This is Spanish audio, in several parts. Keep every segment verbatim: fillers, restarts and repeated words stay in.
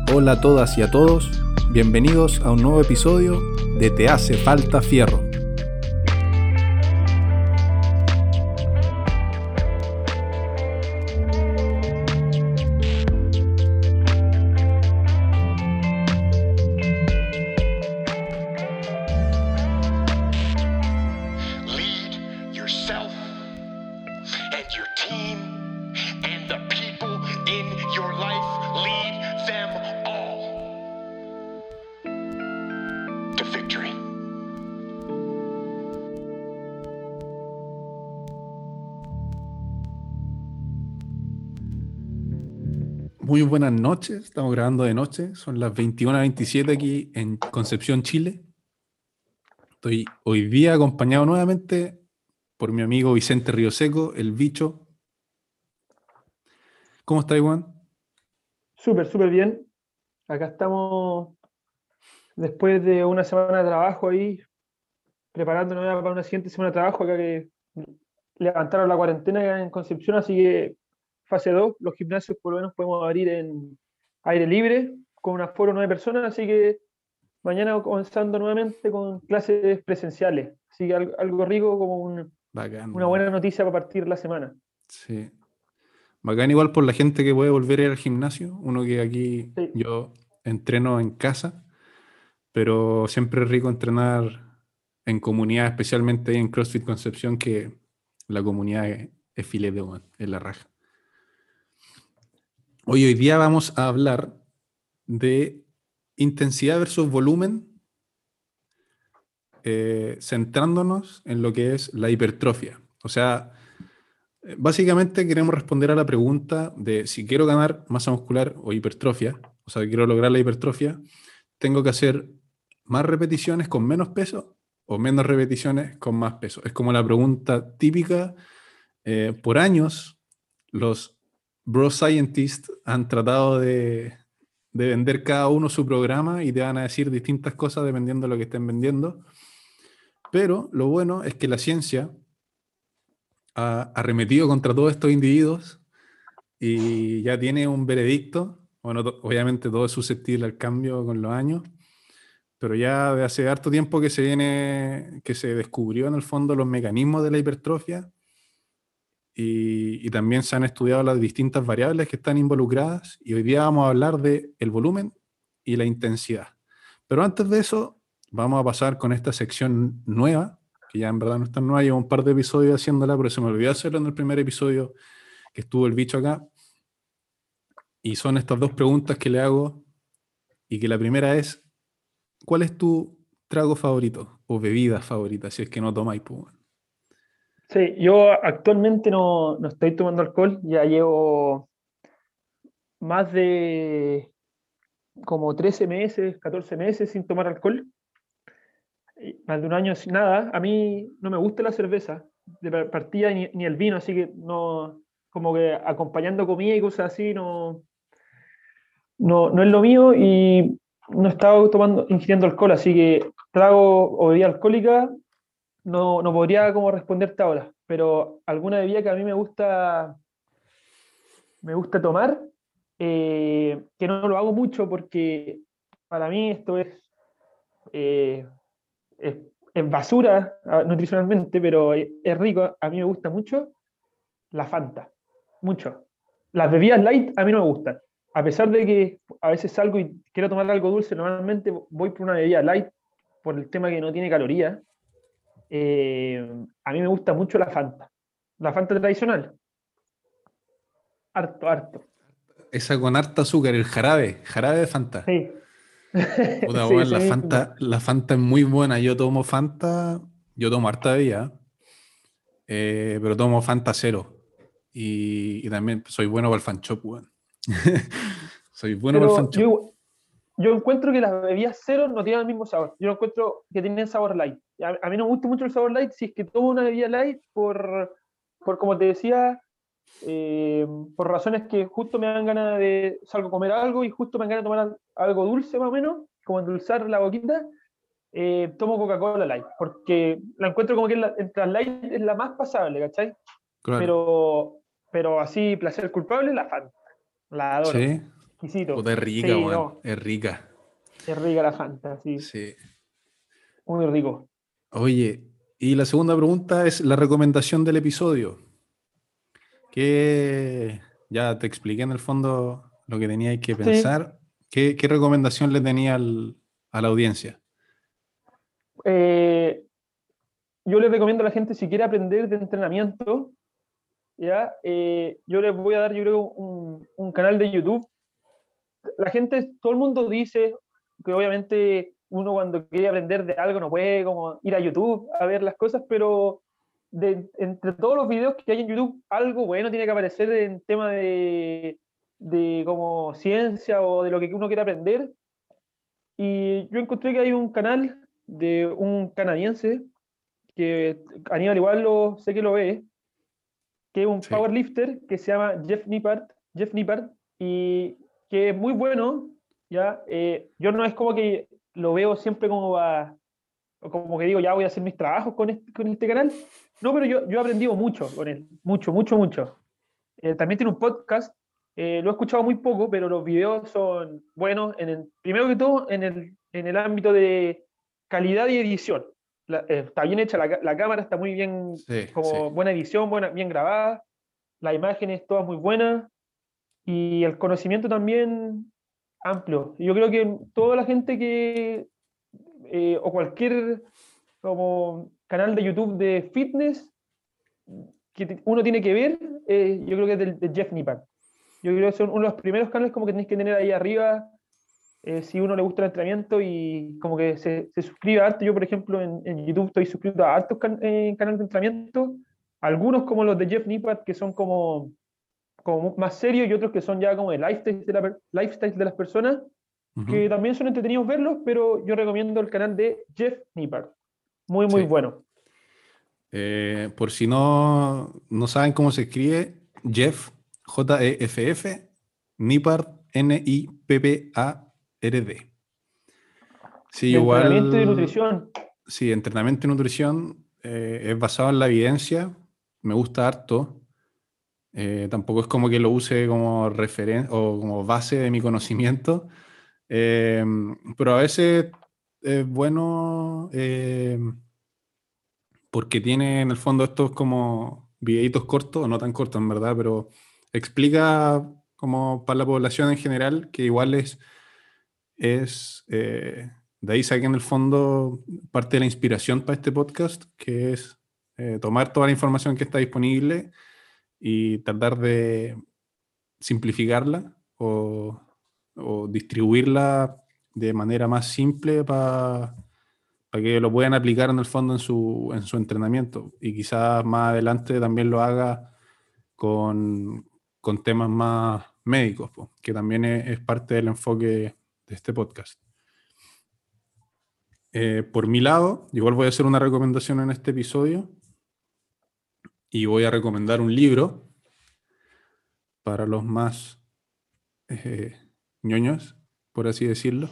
Hola a todas y a todos, bienvenidos a un nuevo episodio de Te hace falta fierro. Lead yourself and your team and the people in your life. Lead them all to victory. Muy buenas noches, estamos grabando de noche, son las veintiuna veintisiete aquí en Concepción, Chile. Estoy hoy día acompañado nuevamente por mi amigo Vicente Rioseco, el bicho. ¿Cómo estás, Juan? Súper, súper bien. Acá estamos después de una semana de trabajo ahí, preparándonos ya para una siguiente semana de trabajo. Acá que levantaron la cuarentena acá en Concepción, así que fase dos, los gimnasios por lo menos podemos abrir en aire libre, con un aforo de nueve personas, así que mañana comenzando nuevamente con clases presenciales. Así que algo, algo rico, como un- Bacán. una buena noticia para partir la semana. Sí. Bacán igual por la gente que puede volver a ir al gimnasio. Uno que aquí Sí. yo entreno en casa, pero siempre es rico entrenar en comunidad, especialmente ahí en CrossFit Concepción, que la comunidad es, es filete, weón, es la raja. Hoy, hoy día vamos a hablar de intensidad versus volumen, eh, centrándonos en lo que es la hipertrofia. O sea, eh, básicamente queremos responder a la pregunta de si quiero ganar masa muscular o hipertrofia, o sea, quiero lograr la hipertrofia, ¿tengo que hacer más repeticiones con menos peso o menos repeticiones con más peso? Es como la pregunta típica. Eh, por años, los bro scientists han tratado de, de vender cada uno su programa y te van a decir distintas cosas dependiendo de lo que estén vendiendo. Pero lo bueno es que la ciencia ha arremetido contra todos estos individuos y ya tiene un veredicto. Bueno, to- obviamente todo es susceptible al cambio con los años, pero ya de hace harto tiempo que se viene, que se descubrió en el fondo los mecanismos de la hipertrofia y, y también se han estudiado las distintas variables que están involucradas y hoy día vamos a hablar de el volumen y la intensidad. Pero antes de eso, vamos a pasar con esta sección nueva, que ya en verdad no es tan nueva, llevo un par de episodios haciéndola, pero se me olvidó hacerlo en el primer episodio que estuvo el bicho acá. Y son estas dos preguntas que le hago y que la primera es, ¿cuál es tu trago favorito o bebida favorita si es que no tomáis, pues, bueno? Sí, yo actualmente no, no estoy tomando alcohol, ya llevo más de como trece meses, catorce meses sin tomar alcohol, y más de un año sin nada. A mí no me gusta la cerveza de par- partida ni, ni el vino, así que no, como que acompañando comida y cosas así, no, no, no es lo mío y no he estado tomando, ingiriendo alcohol, así que trago o bebida alcohólica no, no podría como responderte ahora, pero alguna bebida que a mí me gusta, me gusta tomar, eh, que no lo hago mucho porque para mí esto es, eh, es, es basura ah, nutricionalmente, pero es, es rico. A mí me gusta mucho la Fanta, mucho. Las bebidas light a mí no me gustan. A pesar de que a veces salgo y quiero tomar algo dulce, normalmente voy por una bebida light por el tema que no tiene calorías. Eh, a mí me gusta mucho la Fanta. La Fanta tradicional. Harto, harto. Esa con harta azúcar, el jarabe, jarabe de Fanta. Sí. Puta, Sí, weón, ese la mismo. Fanta, la Fanta es muy buena. Yo tomo Fanta, yo tomo harta bebida, eh, pero tomo Fanta cero. Y, y también soy bueno para el fan shop, weón. Soy bueno para el fan Pero shop. yo, yo encuentro que las bebidas cero no tienen el mismo sabor. Yo encuentro que tienen sabor light. A, a mí no me gusta mucho el sabor light si es que tomo una bebida light por, por como te decía, eh, por razones que justo me dan ganas de salgo a comer algo y justo me dan ganas de tomar algo dulce más o menos, como endulzar la boquita, eh, tomo Coca-Cola light, porque la encuentro como que la, entre las light es la más pasable, ¿cachai? Claro. Pero, pero así, placer culpable, la Fanta. La adoro. Sí. exquisito. Puta, es rica, Sí, weón. no, Es rica. es rica la Fanta, sí, Sí. muy rico. Oye, y la segunda pregunta es la recomendación del episodio. Que ya te expliqué en el fondo lo que teníais que Sí, pensar. ¿Qué, qué recomendación le tenía al- a la audiencia? eh, yo les recomiendo a la gente, si quiere aprender de entrenamiento, ¿ya? Eh, yo les voy a dar, yo creo, un, un canal de YouTube. La gente, todo el mundo dice que obviamente uno cuando quiere aprender de algo no puede como ir a YouTube a ver las cosas, pero de, entre todos los videos que hay en YouTube, algo bueno tiene que aparecer en tema de, de como ciencia o de lo que uno quiere aprender. Y yo encontré que hay un canal de un canadiense que Aníbal igual lo, sé que lo ve, que es un Sí. powerlifter que se llama Jeff Nippard, Jeff Nippard, y que es muy bueno, ¿ya? Eh, yo no es como que lo veo siempre como va, como que digo, ya voy a hacer mis trabajos con este, con este canal. No, pero yo, yo he aprendido mucho con él, mucho, mucho, mucho. Eh, también tiene un podcast, eh, lo he escuchado muy poco, pero los videos son buenos, en el, primero que todo en el, en el ámbito de calidad y edición. La- eh, está bien hecha, la, ca- la cámara está muy bien, Sí, sí. como buena edición, buena, bien grabada, las imágenes todas muy buenas y el conocimiento también amplio. Yo creo que toda la gente que, eh, o cualquier como canal de YouTube de fitness que te- uno tiene que ver, eh, yo creo que es del, de Jeff Nippard. Yo creo que son uno de los primeros canales como que tenéis que tener ahí arriba, eh, si uno le gusta el entrenamiento y como que se, se suscribe a harto. Yo, por ejemplo, en, en YouTube estoy suscrito a hartos can- eh, canales de entrenamiento, algunos como los de Jeff Nippard, que son como, como más serios, y otros que son ya como de lifestyle de, la, per- lifestyle de las personas, que Ujú. también son entretenidos verlos, pero yo recomiendo el canal de Jeff Nippard. Muy, muy Sí. bueno. Eh, por si no, no saben cómo se escribe, Jeff, J E F F, Nippard, N I P P A R D. Sí, De entrenamiento y de igual, nutrición. sí, entrenamiento y nutrición eh, es basado en la evidencia, me gusta harto. Eh, tampoco es como que lo use como referencia o como base de mi conocimiento, eh, pero a veces es bueno eh, porque tiene en el fondo estos como videitos cortos, o no tan cortos en verdad, pero explica como para la población en general que igual es, es eh, de ahí saqué en el fondo parte de la inspiración para este podcast, que es eh, tomar toda la información que está disponible y tratar de simplificarla o, o distribuirla de manera más simple para que lo puedan aplicar en el fondo en su, en su entrenamiento y quizás más adelante también lo haga con, con temas más médicos, po, que también es, es parte del enfoque de este podcast. Eh, por mi lado, igual voy a hacer una recomendación en este episodio y voy a recomendar un libro para los más eh, ñoños, por así decirlo.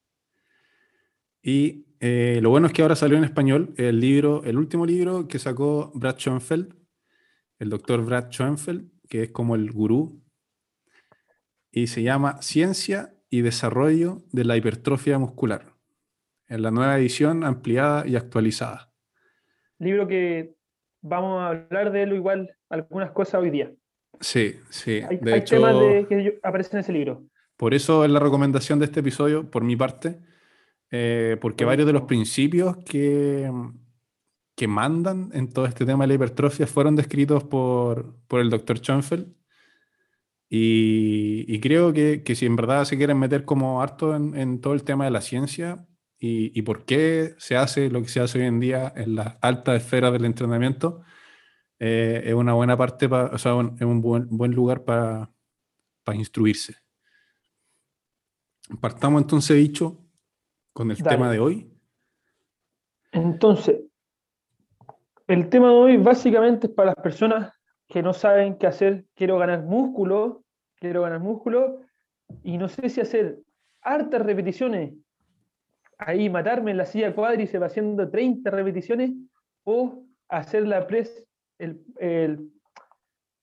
Y eh, lo bueno es que ahora salió en español el libro, el último libro que sacó Brad Schoenfeld, el doctor Brad Schoenfeld, que es como el gurú, y se llama Ciencia y Desarrollo de la Hipertrofia Muscular, en la nueva edición ampliada y actualizada. Libro que vamos a hablar de él igual algunas cosas hoy día. Sí, sí. Hay, De hay temas hecho, de, que yo- aparecen en ese libro. por eso es la recomendación de este episodio, por mi parte, eh, porque varios de los Buenísimo. principios que, que mandan en todo este tema de la hipertrofia fueron descritos por, por el doctor Schoenfeld. Y, y creo que, que si en verdad se quieren meter como harto en, en todo el tema de la ciencia y, y por qué se hace lo que se hace hoy en día en las altas esferas del entrenamiento, eh, es una buena parte, pa- o sea, un- es un buen, buen lugar para instruirse. Partamos entonces, dicho, con el tema de Dale. hoy. Entonces, el tema de hoy básicamente es para las personas que no saben qué hacer. Quiero ganar músculo, quiero ganar músculo y no sé si hacer hartas repeticiones, ahí matarme en la silla cuádriceps haciendo treinta repeticiones o hacer la press, el, el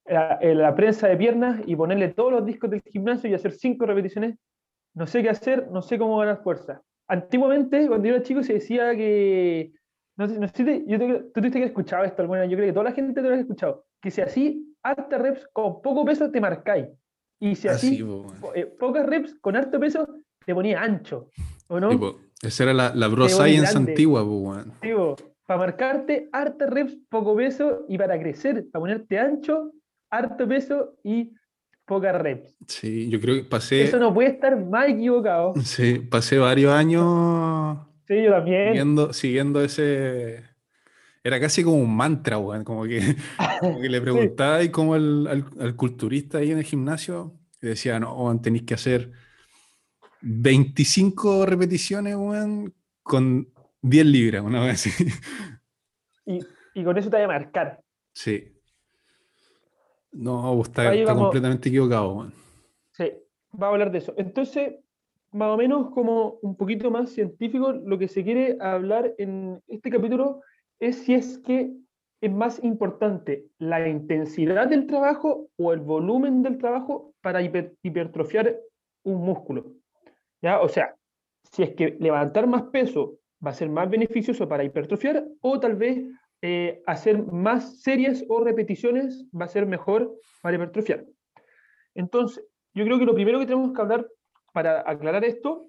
la, en la prensa de piernas y ponerle todos los discos del gimnasio y hacer cinco repeticiones. No sé qué hacer, no sé cómo ganar fuerza. Antiguamente, cuando yo era chico, se decía que. No sé, no sé si te- yo te- tú tuviste que haber escuchado esto alguna vez, yo creo que toda la gente te lo ha escuchado. Que si así, harta reps con poco peso te marcáis. Y si Ah, sí, así, po, weón. po- eh, pocas reps con harto peso te ponía ancho. ¿O Sí, no? po. Esa era la, la Bro Te ponís Science grande. antigua, po, weón. Para marcarte, harta reps, poco peso. Y para crecer, para ponerte ancho, harto peso y pocas reps. Sí, yo creo que Eso pasé, no puede estar más equivocado. sí, pasé varios años Sí, yo también. siguiendo, siguiendo ese. Era casi como un mantra, weón. Como que, como que le Sí. preguntaba y como al, al- al culturista ahí en el gimnasio, y decía, no, weón, tenéis que hacer veinticinco repeticiones, weón, con diez libras, una vez así. Y, y con eso te voy a marcar. Sí. No, vos está, Ahí está vamos, completamente equivocado, weón. sí, va a hablar de eso. Entonces, más o menos como un poquito más científico, lo que se quiere hablar en este capítulo es si es que es más importante la intensidad del trabajo o el volumen del trabajo para hiper- hipertrofiar un músculo. ¿Ya? O sea, si es que levantar más peso va a ser más beneficioso para hipertrofiar o tal vez eh, hacer más series o repeticiones va a ser mejor para hipertrofiar. Entonces, yo creo que lo primero que tenemos que hablar para aclarar esto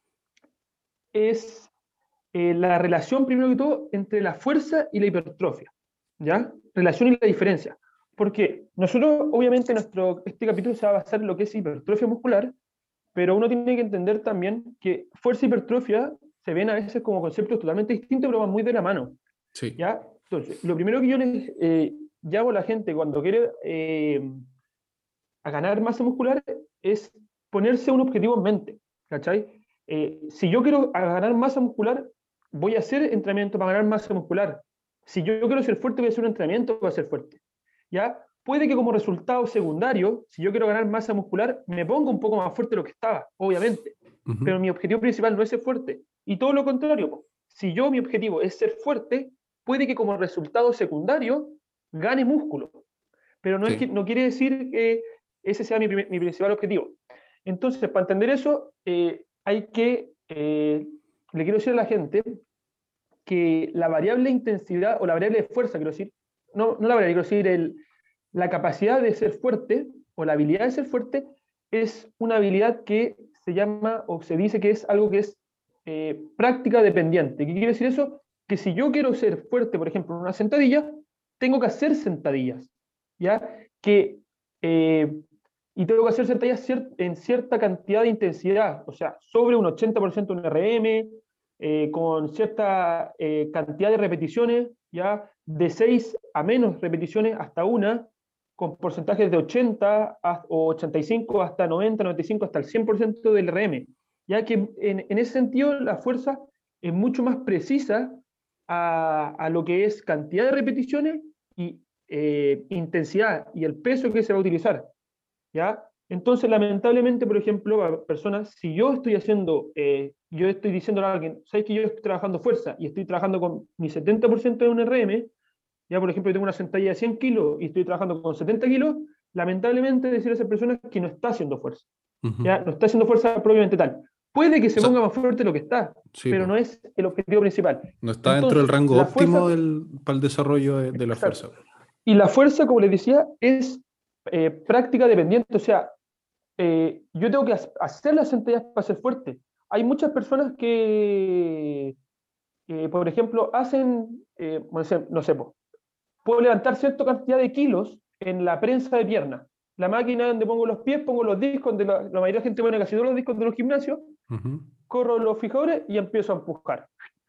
es eh, la relación, primero que todo, entre la fuerza y la hipertrofia. ¿Ya? Relación y la diferencia. Porque nosotros, obviamente, nuestro, este capítulo se va a basar en lo que es hipertrofia muscular, pero uno tiene que entender también que fuerza y hipertrofia se ven a veces como conceptos totalmente distintos, pero van muy de la mano. Sí. ¿Ya? Entonces, lo primero que yo les eh, llamo a la gente cuando quiere eh, a ganar masa muscular es ponerse un objetivo en mente. ¿Cachai? Eh, si yo quiero ganar masa muscular, voy a hacer entrenamiento para ganar masa muscular. Si yo quiero ser fuerte, voy a hacer un entrenamiento para ser fuerte. ¿Ya? Puede que como resultado secundario, si yo quiero ganar masa muscular, me ponga un poco más fuerte de lo que estaba, obviamente. Ujú. Pero mi objetivo principal no es ser fuerte. Y todo lo contrario, po. Si yo mi objetivo es ser fuerte, puede que como resultado secundario gane músculo. Pero no, es que, Sí. no quiere decir que ese sea mi, mi principal objetivo. Entonces, para entender eso, eh, hay que, eh, le quiero decir a la gente que la variable intensidad o la variable de fuerza, quiero decir, no, no la variable, quiero decir, el, la capacidad de ser fuerte o la habilidad de ser fuerte es una habilidad que se llama o se dice que es algo que es eh, práctica dependiente. ¿Qué quiere decir eso? Que si yo quiero ser fuerte, por ejemplo, en una sentadilla, tengo que hacer sentadillas, ¿ya? Que, eh, y tengo que hacer sentadillas cier en cierta cantidad de intensidad, o sea, sobre un ochenta por ciento de un R M, eh, con cierta eh, cantidad de repeticiones, ¿ya? De seis a menos repeticiones hasta una, con porcentajes de ochenta a, o ochenta y cinco hasta noventa, noventa y cinco hasta el cien por ciento del R M. Ya que en, en ese sentido la fuerza es mucho más precisa a, a lo que es cantidad de repeticiones y eh, intensidad y el peso que se va a utilizar. ¿Ya? Entonces, lamentablemente, por ejemplo, a personas, si yo estoy haciendo, eh, yo estoy diciendo a alguien, ¿sabes que yo estoy trabajando fuerza y estoy trabajando con mi setenta por ciento de un R M? Ya, por ejemplo, yo tengo una sentadilla de cien kilos y estoy trabajando con setenta kilos, lamentablemente decir a esa persona que no está haciendo fuerza. Ujú. Ya, no está haciendo fuerza propiamente tal. Puede que O se sea, ponga más fuerte de lo que está, sí, pero po. no es el objetivo principal. No está dentro del Entonces, rango la fuerza, óptimo del, para el desarrollo de, de la fuerza. exacto. Y la fuerza, como les decía, es eh, práctica dependiente, o sea, eh, yo tengo que hacer las sentadillas para ser fuerte. Hay muchas personas que, eh, por ejemplo, hacen, eh, no sé, no sé, puedo levantar cierta cantidad de kilos en la prensa de pierna. La máquina donde pongo los pies, pongo los discos, donde la, la mayoría de la gente pone casi todos los discos de los gimnasios, Ujú. corro los fijadores y empiezo a empujar.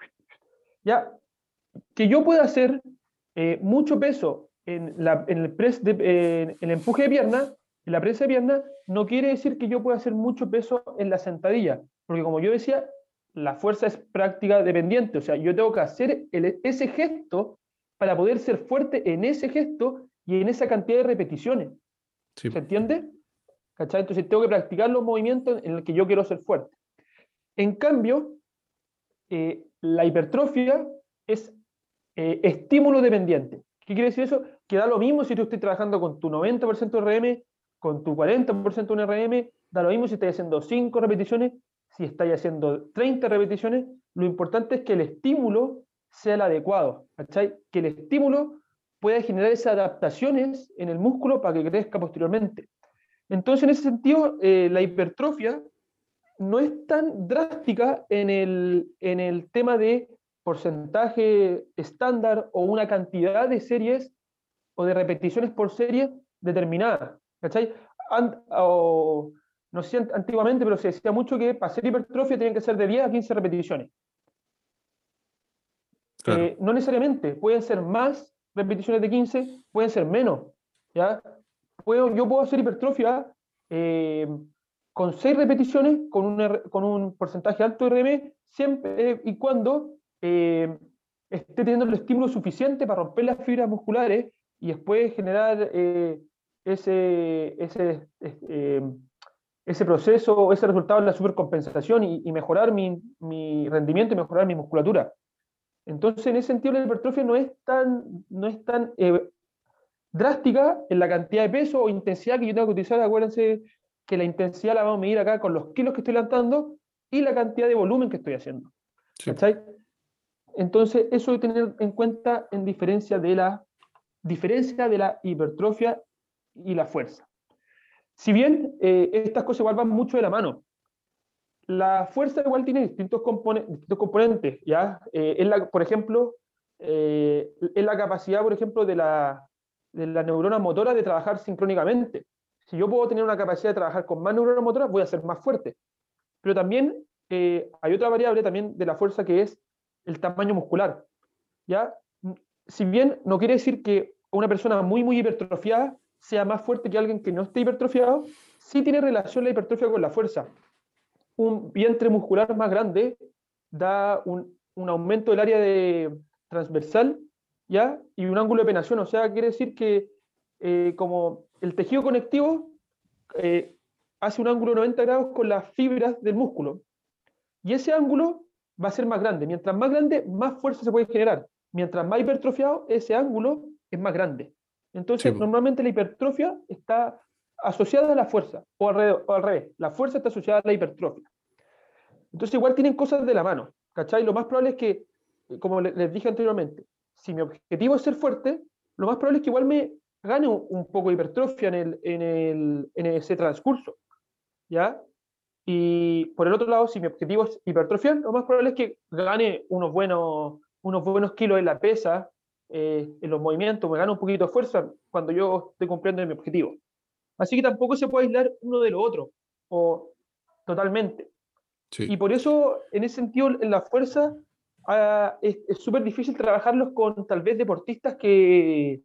¿Ya? Que yo pueda hacer eh, mucho peso en, la, en, el press de, eh, en el empuje de pierna, en la prensa de pierna, no quiere decir que yo pueda hacer mucho peso en la sentadilla, porque como yo decía, la fuerza es práctica dependiente, o sea, yo tengo que hacer el, ese gesto para poder ser fuerte en ese gesto y en esa cantidad de repeticiones. Sí, ¿Se po. entiende? ¿Cachai? Entonces tengo que practicar los movimientos en los que yo quiero ser fuerte. En cambio, eh, la hipertrofia es eh, estímulo dependiente. ¿Qué quiere decir eso? Que da lo mismo si tú estás trabajando con tu noventa por ciento de R M, con tu cuarenta por ciento de un R M, da lo mismo si estás haciendo cinco repeticiones, si estás haciendo treinta repeticiones, lo importante es que el estímulo sea el adecuado, ¿cachai? Que el estímulo pueda generar esas adaptaciones en el músculo para que crezca posteriormente. Entonces, en ese sentido, eh, la hipertrofia no es tan drástica en el, en el tema de porcentaje estándar o una cantidad de series o de repeticiones por serie determinada. ¿Cachai? An- o, no sé si antiguamente, pero se decía mucho que para hacer hipertrofia tienen que ser de diez a quince repeticiones. Claro, Eh, no necesariamente, pueden ser más repeticiones de quince, pueden ser menos. ¿Ya? Puedo, yo puedo hacer hipertrofia eh, con seis repeticiones, con un, R- con un porcentaje alto de R M, siempre eh, y cuando eh, esté teniendo el estímulo suficiente para romper las fibras musculares y después generar eh, ese, ese, eh, ese proceso, ese resultado de la supercompensación y, y mejorar mi, mi rendimiento y mejorar mi musculatura. Entonces, en ese sentido, la hipertrofia no es tan, no es tan eh, drástica en la cantidad de peso o intensidad que yo tengo que utilizar. Acuérdense que la intensidad la vamos a medir acá con los kilos que estoy levantando y la cantidad de volumen que estoy haciendo. sí, po, ¿Cachai? Entonces, eso hay que tener en cuenta en diferencia de la, diferencia de la hipertrofia y la fuerza. Si bien eh, estas cosas igual van mucho de la mano, la fuerza igual tiene distintos, compone distintos componentes, ¿ya? Eh, es la, por ejemplo, eh, es la capacidad, por ejemplo, de la, de la neurona motora de trabajar sincrónicamente. Si yo puedo tener una capacidad de trabajar con más neuronas motoras, voy a ser más fuerte. Pero también eh, hay otra variable también de la fuerza que es el tamaño muscular, ¿ya? Si bien no quiere decir que una persona muy, muy hipertrofiada sea más fuerte que alguien que no esté hipertrofiado, sí tiene relación la hipertrofia con la fuerza. Un vientre muscular más grande da un, un aumento del área de transversal, ¿ya? Y un ángulo de penetración, o sea, quiere decir que eh, como el tejido conectivo eh, hace un ángulo de noventa grados con las fibras del músculo, y ese ángulo va a ser más grande. Mientras más grande, más fuerza se puede generar. Mientras más hipertrofiado, ese ángulo es más grande. sí, Entonces, po, normalmente la hipertrofia está asociada a la fuerza, o al, o al revés, la fuerza está asociada a la hipertrofia. Entonces igual tienen cosas de la mano, ¿cachai? Lo más probable es que, como les dije anteriormente, si mi objetivo es ser fuerte, lo más probable es que igual me gane un, un poco de hipertrofia en, el, en, el, en ese transcurso, ¿ya? Y por el otro lado, si mi objetivo es hipertrofiar, lo más probable es que gane unos buenos, unos buenos kilos en la pesa, eh, en los movimientos, me gane un poquito de fuerza cuando yo estoy cumpliendo mi objetivo. Así que tampoco se puede aislar uno de lo otro, o totalmente. Y sí, por eso, en ese sentido, en la fuerza ah, es súper difícil trabajarlos con tal vez deportistas que,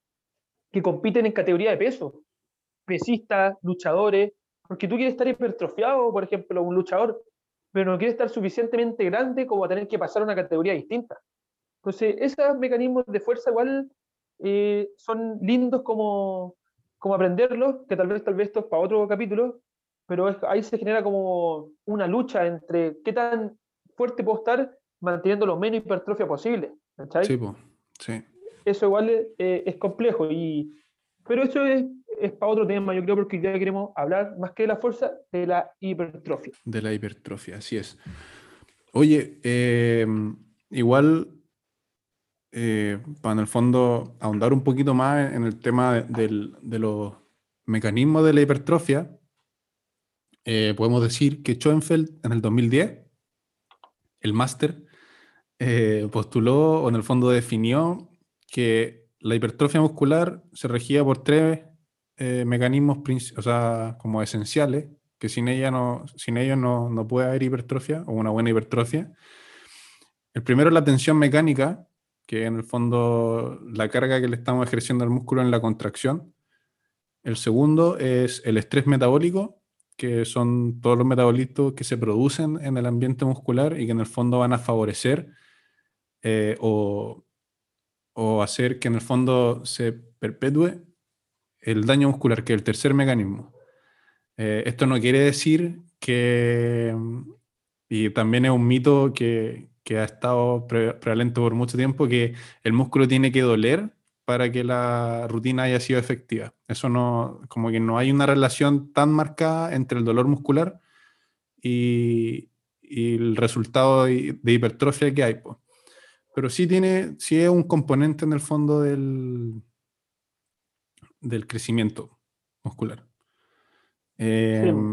que compiten en categoría de peso, pesistas, luchadores, porque tú quieres estar hipertrofiado, por ejemplo, un luchador, pero no quieres estar suficientemente grande como a tener que pasar a una categoría distinta. Entonces, esos mecanismos de fuerza igual eh, son lindos como, como aprenderlos, que tal vez, tal vez esto es para otro capítulo, pero es- ahí se genera como una lucha entre qué tan fuerte puedo estar manteniendo lo menos hipertrofia posible, ¿cachai? sí, po, sí, Eso igual eh, es complejo, y, pero eso es, es para otro tema, yo creo, porque hoy día queremos hablar más que de la fuerza, de la hipertrofia. de la hipertrofia, así es. Oye, eh, igual, eh, para en el fondo ahondar un poquito más en el tema de, del- de los mecanismos de la hipertrofia, eh, podemos decir que Schoenfeld en el dos mil diez, el máster, eh, postuló o en el fondo definió que la hipertrofia muscular se regía por tres eh, mecanismos, princi- o sea, como esenciales, que sin ella no, sin ellos no, no puede haber hipertrofia o una buena hipertrofia. El primero es la tensión mecánica, que en el fondo la carga que le estamos ejerciendo al músculo en la contracción. El segundo es el estrés metabólico, que son todos los metabolitos que se producen en el ambiente muscular y que en el fondo van a favorecer eh, o, o hacer que en el fondo se perpetúe el daño muscular, que es el tercer mecanismo. Eh, esto no quiere decir que, y también es un mito que, que ha estado pre prevalente por mucho tiempo, que el músculo tiene que doler para que la rutina haya sido efectiva. Eso no, como que no hay una relación tan marcada entre el dolor muscular y, y el resultado de, de hipertrofia que hay, pues. Pero sí tiene, sí es un componente en el fondo del, del crecimiento muscular. Eh, Sí, po.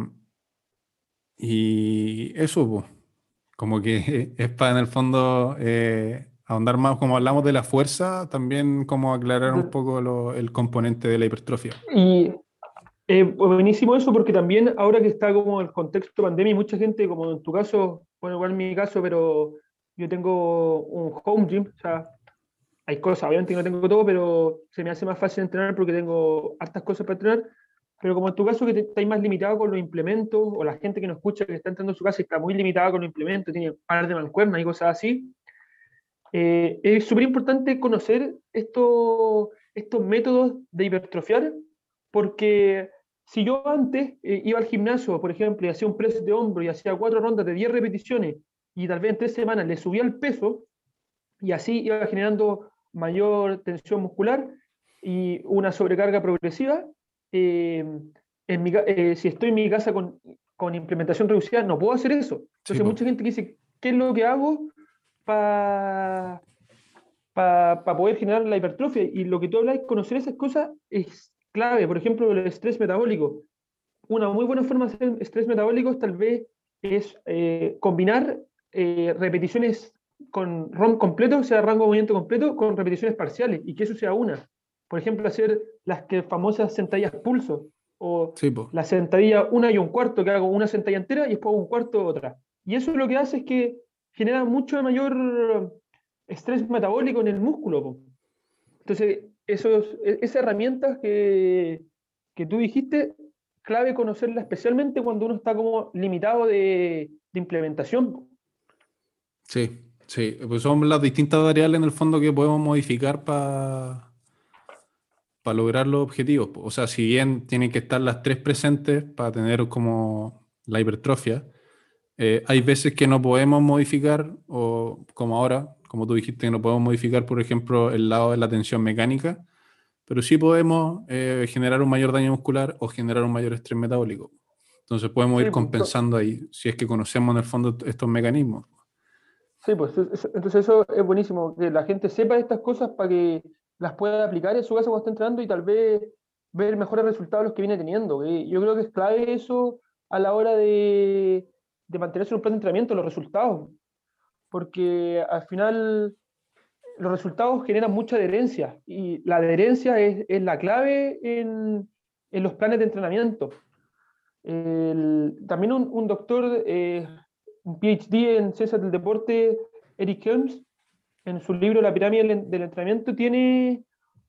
y eso, pues, como que es para en el fondo eh, ahondar más, como hablamos de la fuerza, también como aclarar un De- poco lo- el componente de la hipertrofia. Y eh, buenísimo eso porque también ahora que está como el contexto pandemia y mucha gente, como en tu caso, bueno, igual en mi caso, pero yo tengo un home gym, o sea, hay cosas, obviamente que no tengo todo, pero se me hace más fácil entrenar porque tengo hartas cosas para entrenar. Pero como en tu caso que te, estáis más limitado con los implementos, o la gente que nos escucha que está entrando a su casa y está muy limitada con los implementos, tiene un par de mancuernas y cosas así, eh, es súper importante conocer estos, estos métodos de hipertrofiar, porque si yo antes eh, iba al gimnasio, por ejemplo, y hacía un press de hombro y hacía cuatro rondas de diez repeticiones, y tal vez en tres semanas le subía el peso, y así iba generando mayor tensión muscular y una sobrecarga progresiva. Eh, en mi, eh, si estoy en mi casa con, con implementación reducida, no puedo hacer eso. Sí, Entonces, po. mucha gente que dice, ¿qué es lo que hago para pa, pa poder generar la hipertrofia? Y lo que tú hablas, conocer esas cosas es clave. Por ejemplo, el estrés metabólico. Una muy buena forma de hacer estrés metabólico tal vez es eh, combinar eh, repeticiones con ROM completo, o sea, rango de movimiento completo, con repeticiones parciales y que eso sea una. Por ejemplo, hacer las que famosas sentadillas pulso o Sí, po. la sentadilla una y un cuarto, que hago una sentadilla entera y después un cuarto otra. Y eso lo que hace es que genera mucho mayor estrés metabólico en el músculo, po. Entonces, esos, e- esas herramientas que, que tú dijiste, clave conocerlas especialmente cuando uno está como limitado de, de implementación. Sí, sí. Pues son las distintas variables en el fondo que podemos modificar para lograr los objetivos, po. O sea, si bien tienen que estar las tres presentes para tener como la hipertrofia, eh, hay veces que no podemos modificar, o como ahora, como tú dijiste, no podemos modificar, por ejemplo, el lado de la tensión mecánica, pero sí podemos eh, generar un mayor daño muscular o generar un mayor estrés metabólico. Entonces podemos ir Sí, pues, to- compensando ahí, si es que conocemos en el fondo estos mecanismos. sí, pues, es- es- entonces eso es buenísimo, que la gente sepa estas cosas para que las pueda aplicar en su casa cuando está entrando y tal vez ver mejores resultados de los que viene teniendo. Que yo creo que es clave eso a la hora de, de mantenerse en un plan de entrenamiento, los resultados, porque al final los resultados generan mucha adherencia y la adherencia es, es la clave en, en, los planes de entrenamiento. El, también un, un doctor, eh, un PhD en ciencias del deporte, Eric Helms, en su libro La pirámide del, del entrenamiento, tiene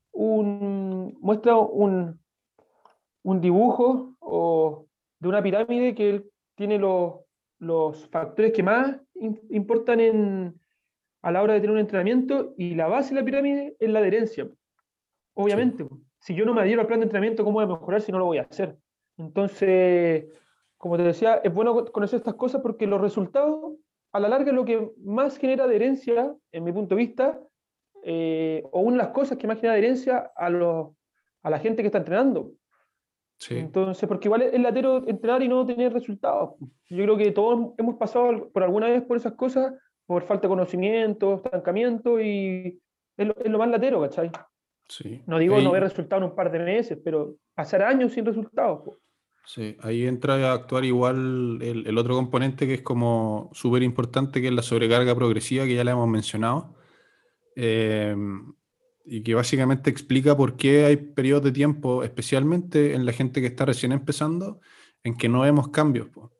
un, muestra un, un dibujo o, de una pirámide que él tiene los, los factores que más in, importan en, a la hora de tener un entrenamiento y la base de la pirámide es la adherencia. Sí, Obviamente, si yo no me adhiero al plan de entrenamiento, ¿cómo voy a mejorar si no lo voy a hacer? Entonces, como te decía, es bueno conocer estas cosas porque los resultados, a la larga, es lo que más genera adherencia, en mi punto de vista, eh, o una de las cosas que más genera adherencia a, los, a la gente que está entrenando. sí, Entonces, porque igual es latero entrenar y no tener resultados. Yo creo que todos hemos pasado por alguna vez por esas cosas, por falta de conocimiento, estancamiento, y es lo, es lo más latero, ¿cachai? sí. No digo no ver Ahí, resultados en un par de meses, pero pasar años sin resultados, po. sí, ahí entra a actuar igual el, el otro componente que es como súper importante, que es la sobrecarga progresiva, que ya le hemos mencionado, eh, y que básicamente explica por qué hay periodos de tiempo, especialmente en la gente que está recién empezando, en que no vemos cambios, po.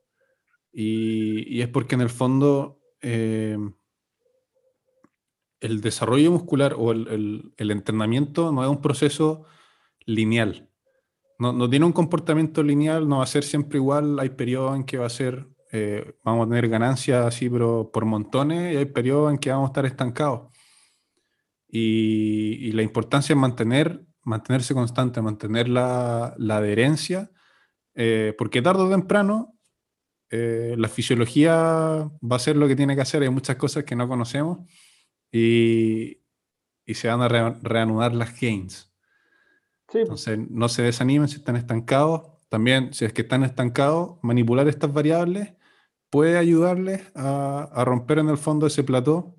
Y, y es porque en el fondo eh, el desarrollo muscular o el, el- el entrenamiento no es un proceso lineal. No, no tiene un comportamiento lineal, no va a ser siempre igual. Hay periodos en que va a ser, eh, vamos a tener ganancias así, pero por montones, y hay periodos en que vamos a estar estancados. Y, y la importancia es mantener, mantenerse constante, mantener la, la adherencia, eh, porque tarde o temprano eh, la fisiología va a hacer lo que tiene que hacer. Hay muchas cosas que no conocemos y, y se van a re- reanudar las gains. Sí, Entonces, no se desanimen si están estancados. También, si es que están estancados, manipular estas variables puede ayudarles a, a romper en el fondo ese plató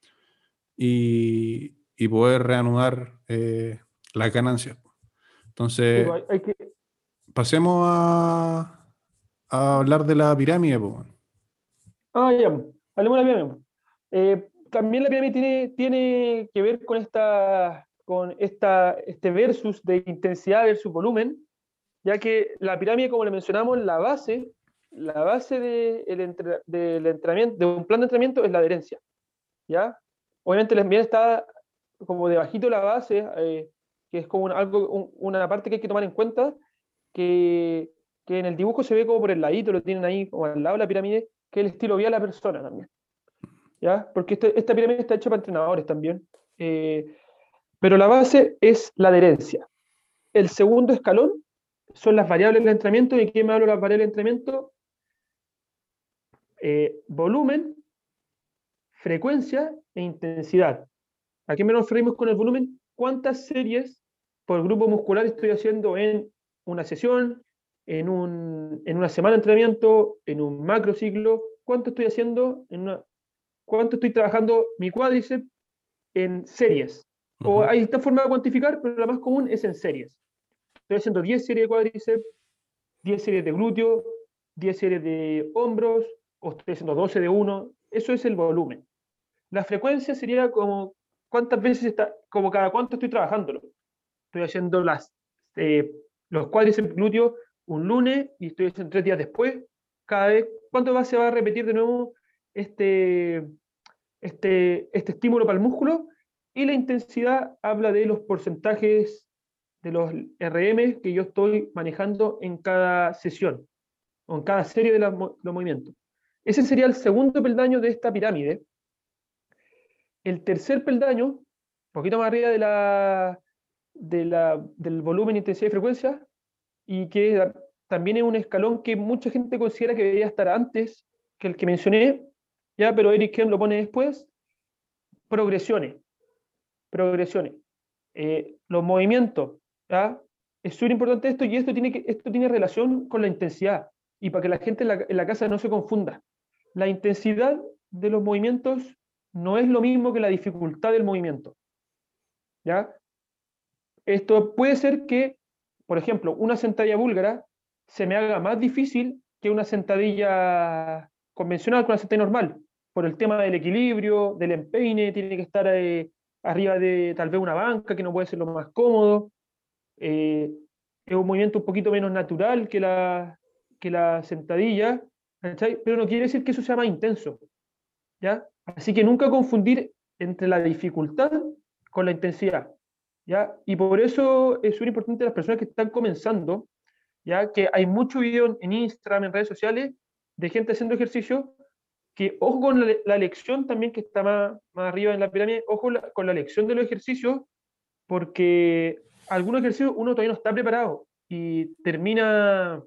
y, y poder reanudar eh, las ganancias. sí, Entonces, pues, hay, hay que, pasemos a, a hablar de la pirámide, po. ah, ya, hablemos de la pirámide. Eh, también la pirámide tiene, tiene que ver con esta, con esta, este versus de intensidad versus volumen, ya que la pirámide, como le mencionamos, la base, la base de, el entre- del entrenamiento, de un plan de entrenamiento es la adherencia, ¿ya? Obviamente también está como debajito la base, eh, que es como un- algo, un- una parte que hay que tomar en cuenta, que, que en el dibujo se ve como por el ladito, lo tienen ahí como al lado de la pirámide, que es el estilo vía a la persona también, ¿ya? Porque este- esta pirámide está hecha para entrenadores también. Eh, pero la base es la adherencia. El segundo escalón son las variables del entrenamiento. ¿Y de qué me hablo las variables del entrenamiento? Eh, volumen, frecuencia e intensidad. ¿A qué me nos referimos con el volumen? ¿Cuántas series por grupo muscular estoy haciendo en una sesión, en, un, en una semana de entrenamiento, en un macro ciclo? ¿Cuánto estoy haciendo en una, cuánto estoy trabajando mi cuádriceps en series? O Ujú. hay esta forma de cuantificar, pero la más común es en series. Estoy haciendo diez series de cuádriceps, diez series de glúteo, diez series de hombros, o estoy haciendo doce de uno. Eso es el volumen. La frecuencia sería como cuántas veces está, como cada cuánto estoy trabajándolo. Estoy haciendo las, eh, los cuádriceps glúteos un lunes y estoy haciendo tres días después. Cada vez, ¿cuánto más se va a repetir de nuevo este, este, este estímulo para el músculo? Y la intensidad habla de los porcentajes de los R M que yo estoy manejando en cada sesión o en cada serie de los, los movimientos. Ese sería el segundo peldaño de esta pirámide. El tercer peldaño, un poquito más arriba de la, de la, del volumen, intensidad y frecuencia, y que también es un escalón que mucha gente considera que debería estar antes que el que mencioné, ya, pero Eric Kern lo pone después, progresiones, progresiones. Eh, los movimientos, ¿ya? Es súper importante esto y esto tiene, que, esto tiene relación con la intensidad, y para que la gente en la, en la casa no se confunda. La intensidad de los movimientos no es lo mismo que la dificultad del movimiento, ¿ya? Esto puede ser que, por ejemplo, una sentadilla búlgara se me haga más difícil que una sentadilla convencional, que una sentadilla normal, por el tema del equilibrio, del empeine, tiene que estar eh, arriba de tal vez una banca, que no puede ser lo más cómodo. Eh, es un movimiento un poquito menos natural que la, que la sentadilla, ¿cachai? Pero no quiere decir que eso sea más intenso, ¿ya? Así que nunca confundir entre la dificultad con la intensidad, ¿ya? Y por eso es súper importante las personas que están comenzando, ¿ya? Que hay mucho video en Instagram, en redes sociales, de gente haciendo ejercicio, que ojo con la, la elección también, que está más, más arriba en la pirámide, ojo la, con la elección de los ejercicios, porque algunos ejercicios uno todavía no está preparado y termina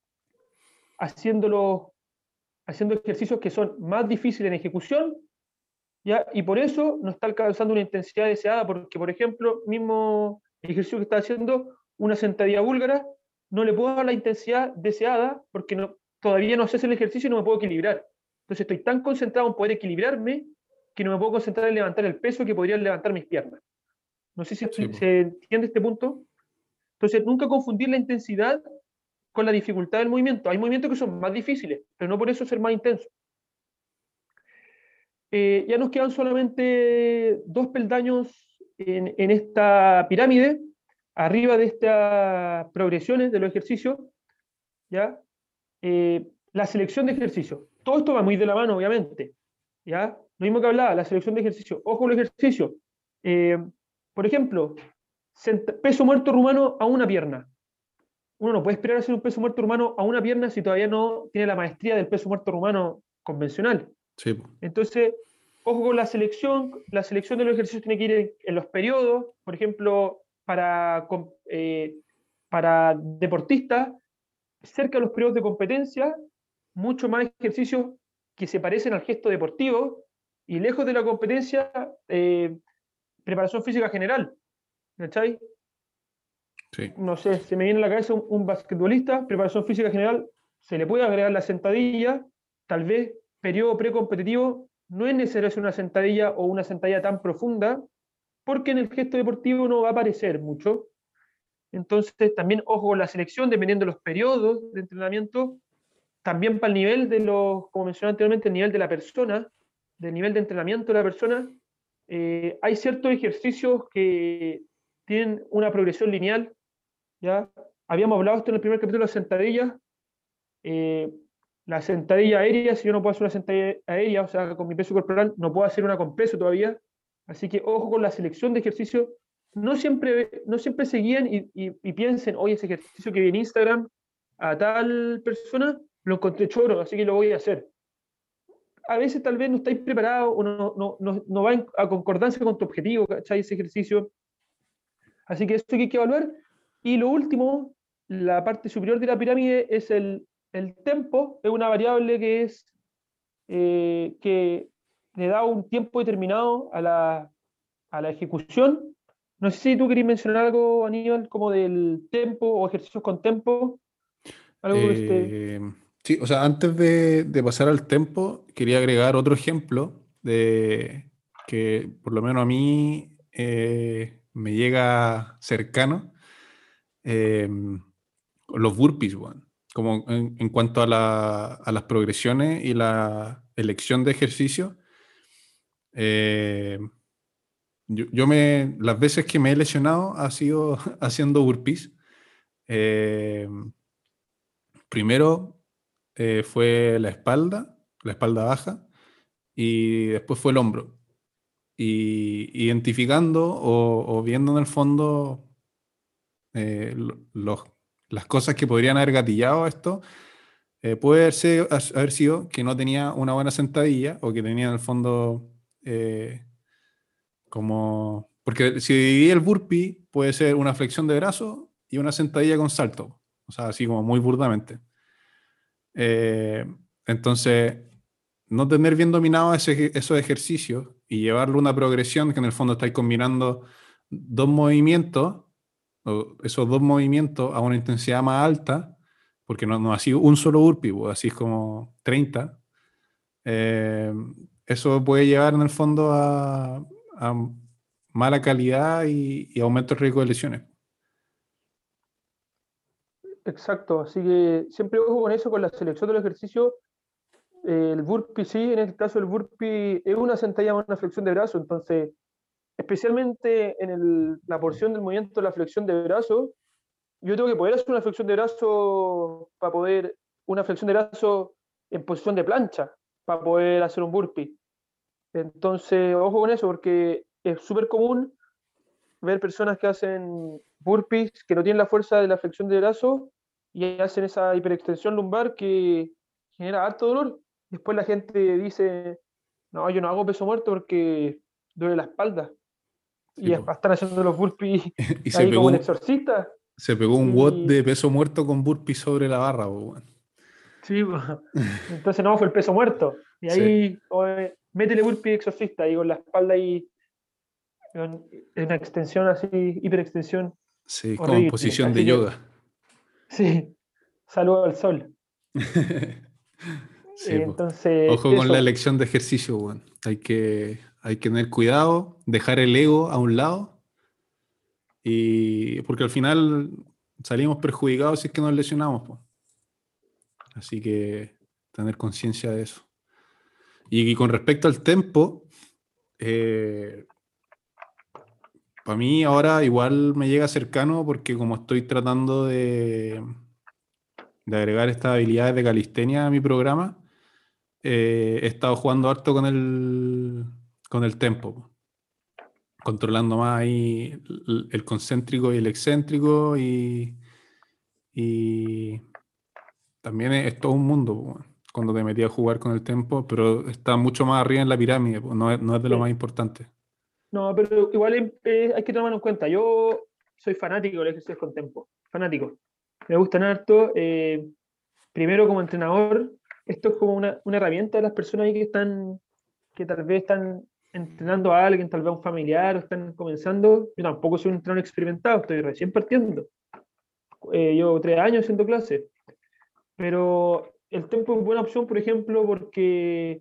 haciéndolo, haciendo ejercicios que son más difíciles en ejecución, ¿ya? Y por eso no está alcanzando una intensidad deseada, porque, por ejemplo, mismo ejercicio que está haciendo, una sentadilla búlgara, no le puedo dar la intensidad deseada porque no, todavía no sé hacer el ejercicio y no me puedo equilibrar. Entonces estoy tan concentrado en poder equilibrarme que no me puedo concentrar en levantar el peso que podrían levantar mis piernas. No sé si Sí, po. se entiende este punto. Entonces, nunca confundir la intensidad con la dificultad del movimiento. Hay movimientos que son más difíciles, pero no por eso ser más intensos. Eh, ya nos quedan solamente dos peldaños en, en esta pirámide, arriba de estas progresiones de los ejercicios, ¿ya? Eh, la selección de ejercicios. Todo esto va muy de la mano, obviamente, ¿ya? Lo mismo que hablaba, la selección de ejercicios. Ojo con los ejercicios. Eh, por ejemplo, peso muerto rumano a una pierna. Uno no puede esperar hacer un peso muerto rumano a una pierna si todavía no tiene la maestría del peso muerto rumano convencional. Sí, po. Entonces, ojo con la selección. La selección de los ejercicios tiene que ir en, en los periodos. Por ejemplo, para, eh, para deportistas, cerca de los periodos de competencia, mucho más ejercicios que se parecen al gesto deportivo, y lejos de la competencia, eh, preparación física general, ¿cachai? Sí. No sé, se me viene a la cabeza un, un basquetbolista, preparación física general, se le puede agregar la sentadilla, tal vez periodo precompetitivo, no es necesario hacer una sentadilla o una sentadilla tan profunda, porque en el gesto deportivo no va a aparecer mucho. Entonces, también ojo con la selección, dependiendo de los periodos de entrenamiento, también para el nivel de los, como mencioné anteriormente, el nivel de la persona, del nivel de entrenamiento de la persona, eh, hay ciertos ejercicios que tienen una progresión lineal, ¿ya? Habíamos hablado esto en el primer capítulo de las sentadillas. eh, la sentadilla aérea, si yo no puedo hacer una sentadilla aérea, o sea, con mi peso corporal, no puedo hacer una con peso todavía. Así que ojo con la selección de ejercicios. No siempre, no siempre se guían y, y, y piensen, oye, ese ejercicio que vi en Instagram a tal persona, lo encontré choro, así que lo voy a hacer. A veces tal vez no estáis preparados o no, no, no, no va en- a concordancia con tu objetivo, ¿cachai? Ese ejercicio. Así que eso hay que evaluar. Y lo último, la parte superior de la pirámide es el, el tempo, es una variable que es eh, que le da un tiempo determinado a la, a la ejecución. No sé si tú querías mencionar algo, Aníbal, como del tempo o ejercicios con tempo, algo que esté. Eh, sí, o sea, antes de, de pasar al tempo, quería agregar otro ejemplo de que por lo menos a mí eh, me llega cercano, eh, los burpees, weón. Como en, en cuanto a, la- a las progresiones y la elección de ejercicio. eh, yo, yo me, las veces que me he lesionado ha sido haciendo burpees. Eh, Primero eh, fue la espalda, la espalda baja, y después fue el hombro. Y identificando o, o viendo en el fondo eh, lo- los- las cosas que podrían haber gatillado esto, eh, puede haber sido, haber sido que no tenía una buena sentadilla o que tenía en el fondo eh, como... Porque si dividí el burpee, puede ser una flexión de brazo y una sentadilla con salto. O sea, así como muy burdamente. Eh, entonces, no tener bien dominado ese- esos ejercicios y llevarlo a una progresión que en el fondo estáis combinando dos movimientos, o esos dos movimientos a una intensidad más alta, porque no, no ha sido un solo burpee, pues, así es como treinta. eh, Eso puede llevar en el fondo a, a mala calidad y, y aumento el riesgo de lesiones. Exacto, así que siempre ojo con eso, con la selección del ejercicio. Eh, el burpee, sí, en el caso del burpee, es una sentadilla más una flexión de brazo, entonces, especialmente en el- la porción del movimiento de la flexión de brazo, yo tengo que poder hacer una flexión de brazo para poder, una flexión de brazo en posición de plancha, para poder hacer un burpee. Entonces, ojo con eso, porque es súper común ver personas que hacen burpees que no tienen la fuerza de la flexión de brazo y hacen esa hiperextensión lumbar que genera harto dolor. Después la gente dice, no, yo no hago peso muerto porque duele la espalda. Sí, Y es- po. están haciendo los burpees Y se ahí pegó como el un, exorcista. se pegó un WOD Y de peso muerto con burpee sobre la barra, po, weón. sí, po. Entonces no, fue el peso muerto. Y Sí, ahí, oye, métele burpee exorcista ahí con la espalda ahí en en una extensión así, hiperextensión sí, como en horrible. posición de Así que yoga. sí, saludo al sol. Sí, Eh, pues. entonces, Ojo con la eso, elección de ejercicio, weón. Hay que, hay que tener cuidado, dejar el ego a un lado, y porque al final salimos perjudicados si es que nos lesionamos, pues. Así que tener conciencia de eso. Y, y con respecto al tempo, eh, para mí ahora igual me llega cercano porque como estoy tratando de, de agregar estas habilidades de calistenia a mi programa, eh, he estado jugando harto con el, con el tempo, controlando más ahí el, el concéntrico y el excéntrico, y, y también es, es todo un mundo po, cuando te metí a jugar con el tempo, pero está mucho más arriba en la pirámide, po, no es, no es de lo más sí. importante. No, pero igual eh, eh, hay que tomarlo en cuenta. Yo soy fanático del ejercicio con tempo, fanático. Me gustan harto. Eh, primero como entrenador, esto es como una, una herramienta de las personas ahí que están, que tal vez están entrenando a alguien, tal vez a un familiar, o están comenzando, yo tampoco soy un entrenador experimentado, estoy recién partiendo. Eh, llevo tres años haciendo clases, pero el tempo es buena opción, por ejemplo, porque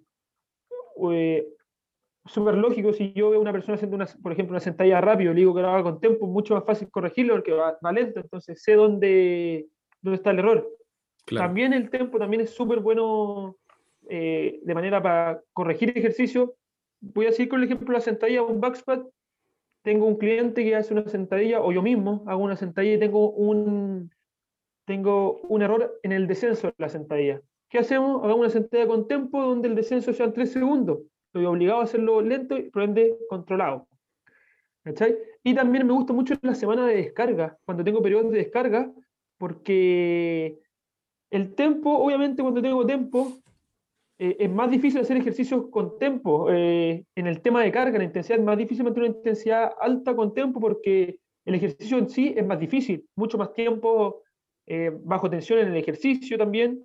eh, súper lógico, si yo veo a una persona haciendo, una, por ejemplo, una sentadilla rápido, le digo que lo haga con tempo, es mucho más fácil corregirlo porque va, va lento, entonces sé dónde, dónde está el error. Claro, También el tempo también es súper bueno eh, de manera para corregir ejercicio. Voy a seguir con el ejemplo de la sentadilla, un back squat. Tengo un cliente que hace una sentadilla, o yo mismo hago una sentadilla y tengo un, tengo un error en el descenso de la sentadilla. ¿Qué hacemos? Hagamos una sentadilla con tempo donde el descenso sean tres segundos. Estoy obligado a hacerlo lento y por ende controlado. ¿Cachai? Y también me gusta mucho la semana de descarga, cuando tengo periodos de descarga, porque el tempo, obviamente cuando tengo tempo, eh, es más difícil hacer ejercicios con tempo. Eh, en el tema de carga, la intensidad es más difícil mantener una intensidad alta con tempo porque el ejercicio en sí es más difícil, mucho más tiempo eh, bajo tensión en el ejercicio también.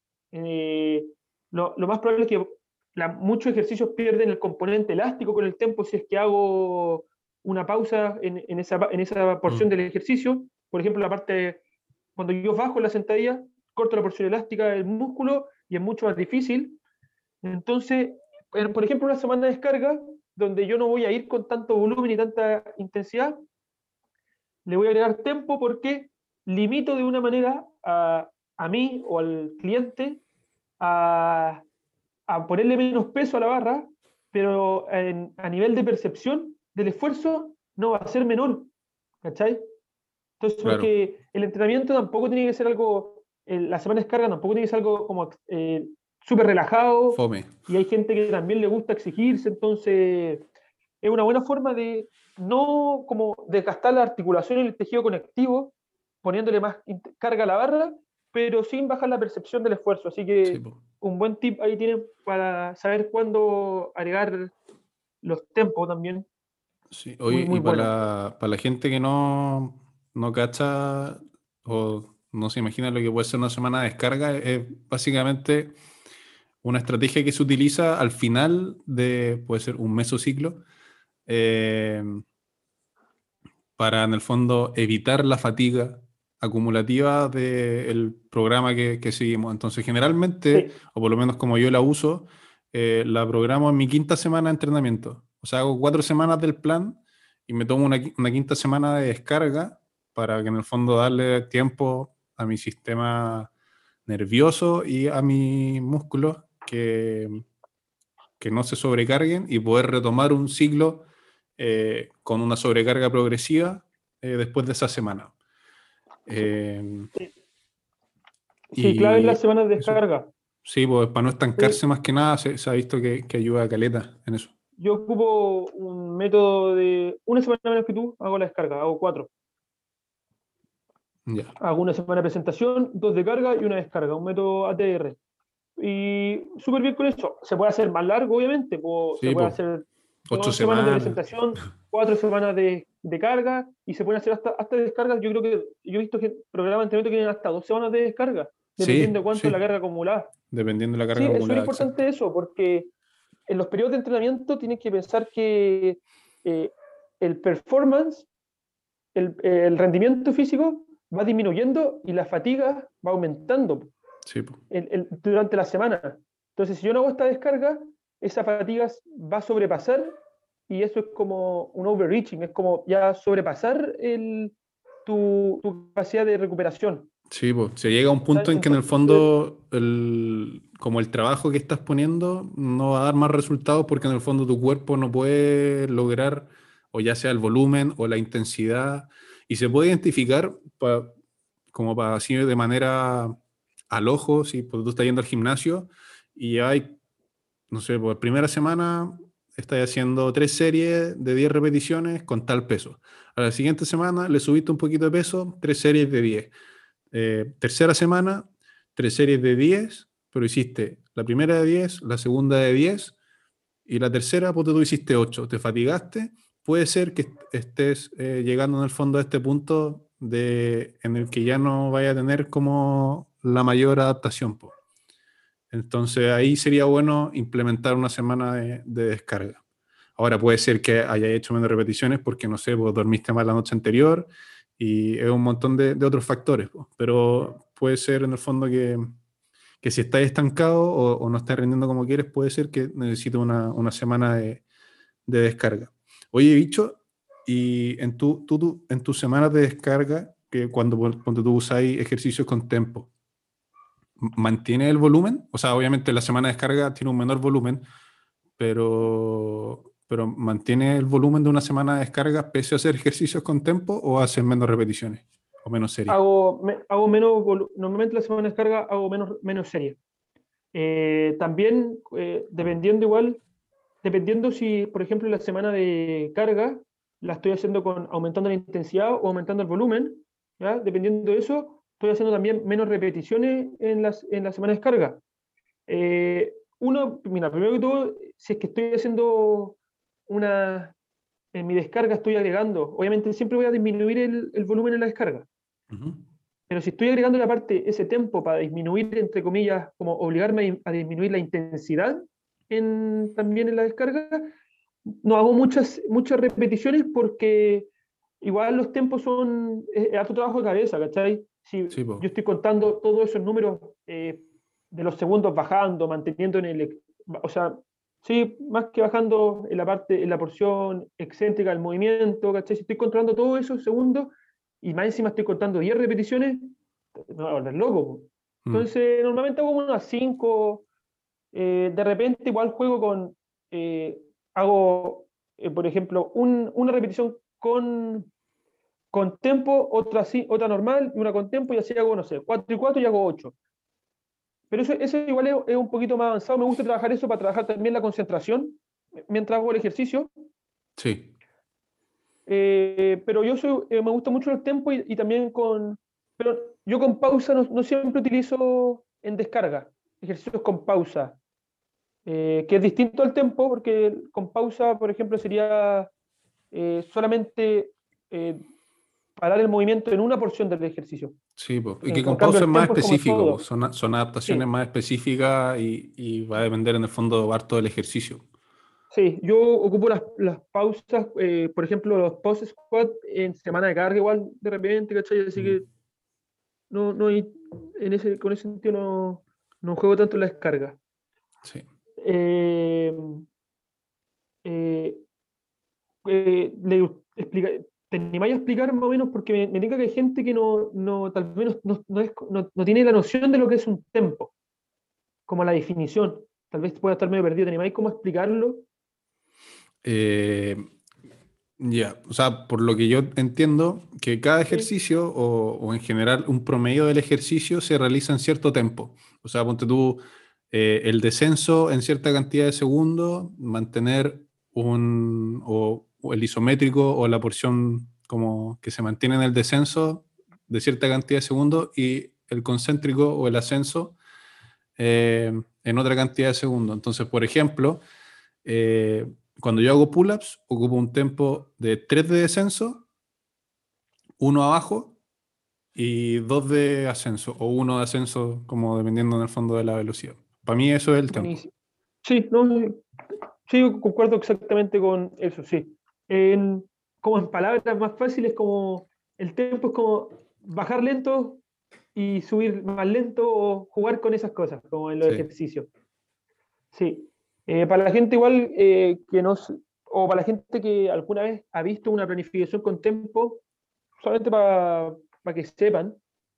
Eh, lo, lo, más probable es que la, muchos ejercicios pierden el componente elástico con el tempo si es que hago una pausa en, en, esa, en esa porción mm, del ejercicio. Por ejemplo, la parte, cuando yo bajo la sentadilla, corto la porción elástica del músculo y es mucho más difícil. Entonces, por ejemplo, una semana de descarga, donde yo no voy a ir con tanto volumen y tanta intensidad, le voy a agregar tempo porque limito de una manera a, a mí o al cliente a, a ponerle menos peso a la barra, pero en, a nivel de percepción del esfuerzo no va a ser menor, ¿cachai? Entonces, claro, porque el entrenamiento tampoco tiene que ser algo, eh, la semana de descarga tampoco tiene que ser algo como eh, súper relajado, fome. y hay gente que también le gusta exigirse, entonces es una buena forma de no como desgastar la articulación y el tejido conectivo, poniéndole más carga a la barra, pero sin bajar la percepción del esfuerzo. Así Sí, que po. un buen tip ahí tienen para saber cuándo agregar los tempos también, Sí. muy, Oye, muy y para bueno. la, para la gente que no, no cacha o no se imagina lo que puede ser una semana de descarga, es básicamente una estrategia que se utiliza al final de, puede ser un mesociclo, eh, para en el fondo evitar la fatiga acumulativa del programa que, que seguimos. Entonces, generalmente, Sí, o por lo menos como yo la uso, eh, la programo en mi quinta semana de entrenamiento. O sea, hago cuatro semanas del plan y me tomo una, qui- una quinta semana de descarga para que en el fondo darle tiempo a mi sistema nervioso y a mis músculos que, que no se sobrecarguen y poder retomar un ciclo eh, con una sobrecarga progresiva eh, después de esa semana. Eh, sí, sí, clave es la y semana de eso, descarga. sí, pues para no Sí, estancarse más que nada, se, se ha visto que, que ayuda a caleta en eso. yo ocupo un método de una semana menos que tú, hago la descarga, hago cuatro. Ya, Hago una semana de presentación, dos de carga y una descarga, un método A T R. Y súper bien con eso. Se puede hacer más largo, obviamente, o se sí, puede pues hacer ocho dos semanas de semanas, presentación, cuatro semanas de, de carga, y se pueden hacer hasta, hasta descargas. Yo creo que yo he visto que programas de entrenamiento que tienen hasta dos semanas de descarga, dependiendo de sí, cuánto es la sí, carga acumulada. dependiendo de la Sí, carga es súper acumulada, exacto. importante eso, porque en los periodos de entrenamiento tienes que pensar que eh, el performance, el, el rendimiento físico va disminuyendo y la fatiga va aumentando Sí, pues, el, el, durante la semana. Entonces, si yo no hago esta descarga, esa fatiga va a sobrepasar y eso es como un overreaching, es como ya sobrepasar el, tu, tu capacidad de recuperación. sí, pues se llega a un punto en que en el Entonces, fondo el, como el trabajo que estás poniendo no va a dar más resultados porque en el fondo tu cuerpo no puede lograr o ya sea el volumen o la intensidad y se puede identificar pa- como para así de manera al ojo, si pues, tú estás yendo al gimnasio y hay, no sé, por primera semana estás haciendo tres series de diez repeticiones con tal peso. A la siguiente semana le subiste un poquito de peso, tres series de diez. Eh, tercera semana, tres series de diez, pero hiciste la primera de diez, la segunda de diez y la tercera, pues tú hiciste ocho. Te fatigaste. Puede ser que estés eh, llegando en el fondo a este punto de, en el que ya no vaya a tener como la mayor adaptación, po. Entonces ahí sería bueno implementar una semana de, de descarga. Ahora puede ser que hayas hecho menos repeticiones porque, no sé, pues dormiste mal la noche anterior y es un montón de, de otros factores, pues. Pero puede ser en el fondo que, que si estás estancado o, o no estás rindiendo como quieres, puede ser que necesites una, una semana de, de descarga. Oye, bicho, y en, tu, tú, tú- en tus semanas de descarga, que cuando, cuando tú usáis ejercicios con tempo, ¿mantiene el volumen? O sea, obviamente la semana de descarga tiene un menor volumen, pero, pero ¿mantiene el volumen de una semana de descarga pese a hacer ejercicios con tempo o haces menos repeticiones o menos series? Hago, me- hago menos, volu- normalmente la semana de descarga hago menos, menos series. Eh, también, eh, dependiendo igual, dependiendo si, por ejemplo, la semana de carga la estoy haciendo con aumentando la intensidad o aumentando el volumen, ¿ya? Dependiendo de eso, estoy haciendo también menos repeticiones en las, en la semana de descarga. Eh, uno, mira, primero que todo, si es que estoy haciendo una, en mi descarga estoy agregando, obviamente siempre voy a disminuir el, el volumen en la descarga, Ujú. pero si estoy agregando la parte, ese tempo para disminuir, entre comillas, como obligarme a disminuir la intensidad en, también en la descarga, no hago muchas, muchas repeticiones porque igual los tempos son es, es harto trabajo de cabeza, ¿cachai? Si Sí, pues. yo estoy contando todos esos números eh, de los segundos bajando, manteniendo en el, o sea, sí, más que bajando en la parte, en la porción excéntrica del movimiento, ¿cachai? Si estoy controlando todos esos segundos y más encima estoy contando diez repeticiones, me voy a volver loco, po. Mm. Entonces, normalmente hago unas cinco, eh, de repente igual juego con, eh, hago, eh, por ejemplo, un- una repetición con, con tempo, otra así, otra normal y una con tempo y así hago, no sé, cuatro y cuatro y hago ocho. Pero eso, eso igual es, es un poquito más avanzado. Me gusta trabajar eso para trabajar también la concentración mientras hago el ejercicio. Sí. Eh, pero yo soy, eh, me gusta mucho el tempo y, y también con... Pero yo con pausa no, no siempre utilizo en descarga, ejercicios con pausa. Eh, que es distinto al tempo, porque con pausa, por ejemplo, sería eh, solamente eh, parar el movimiento en una porción del ejercicio. Sí, po. Y En, que en con cambio, pausa es el más tempo es como en específico, po. todo. Son, son adaptaciones Sí, más específicas y, y va a depender en el fondo harto del ejercicio. sí. Yo ocupo las, las pausas, eh, por ejemplo, los post squat en semana de carga igual de repente, ¿cachai? Así Mm. que no, no hay, en ese, con ese sentido no, no juego tanto en la descarga. Sí. Eh, eh, eh, le explica, ¿te animáis a explicar más o menos? Porque me, me diga que hay gente que no, no tal vez no, no, no es- no- no tiene la noción de lo que es un tempo, como la definición. Tal vez pueda estar medio perdido. ¿Te animáis cómo explicarlo? Eh, ya, o sea, por lo que yo entiendo, que cada Sí, ejercicio o, o en general un promedio del ejercicio se realiza en cierto tiempo. O sea, ponte tú eh, el descenso en cierta cantidad de segundos, mantener un, o, o el isométrico o la porción como que se mantiene en el descenso de cierta cantidad de segundos y el concéntrico o el ascenso eh, en otra cantidad de segundos. Entonces, por ejemplo, eh, cuando yo hago pull-ups, ocupo un tempo de tres de descenso, uno abajo y dos de ascenso, o uno de ascenso, como dependiendo en el fondo de la velocidad. Para mí eso es el tempo. buenísimo. Sí, no, sí, yo concuerdo exactamente con eso, sí. En, como en palabras más fáciles, como el tempo es como bajar lento y subir más lento o jugar con esas cosas, como en los Sí. ejercicios. Sí. Eh, para la gente igual eh, que no, s- o para la gente que alguna vez ha visto una planificación con tempo, solamente para que sepan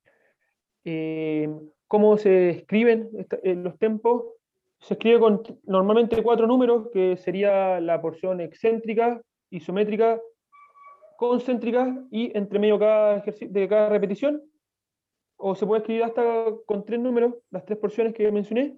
eh, cómo se escriben esta- eh, los tempos, se escribe con t- normalmente cuatro números, que sería la porción excéntrica, isométrica, concéntrica y entre medio cada ejerci- de cada repetición, o se puede escribir hasta con tres números, las tres porciones que mencioné,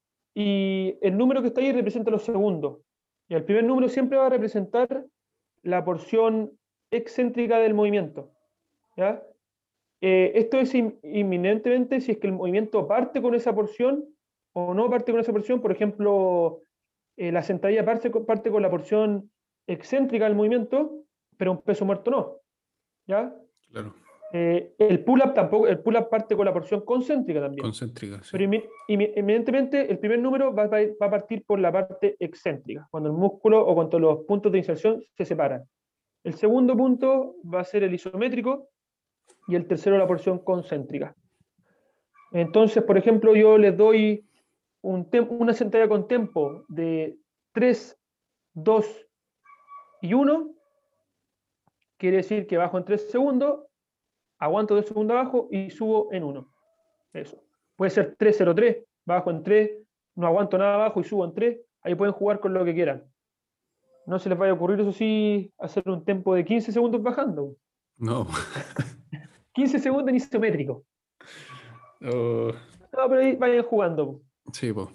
y el número que está ahí representa los segundos. Y el primer número siempre va a representar la porción excéntrica del movimiento. ¿Ya? Eh, esto es in- inminentemente si es que el movimiento parte con esa porción o no parte con esa porción. Por ejemplo, eh, la sentadilla parte, con- parte con la porción excéntrica del movimiento, pero un peso muerto no. ¿Ya? Claro. Eh, el pull-up tampoco, el pull-up parte con la porción concéntrica también. Concéntrica, sí. Pero inmi- inmi- evidentemente el primer número va, va- va a partir por la parte excéntrica, cuando el músculo o cuando los puntos de inserción se separan. El segundo punto va a ser el isométrico y el tercero la porción concéntrica. Entonces, por ejemplo, yo les doy un tem- una sentadilla con tempo de tres, dos y uno, quiere decir que bajo en tres segundos, aguanto dos segundos abajo y subo en uno. Eso. Puede ser tres cero tres, bajo en tres, no aguanto nada abajo y subo en tres. Ahí pueden jugar con lo que quieran. No se les vaya a ocurrir, eso sí, hacer un tempo de quince segundos bajando. No. quince segundos en isométrico. Oh, No, pero ahí vayan jugando. sí, pues.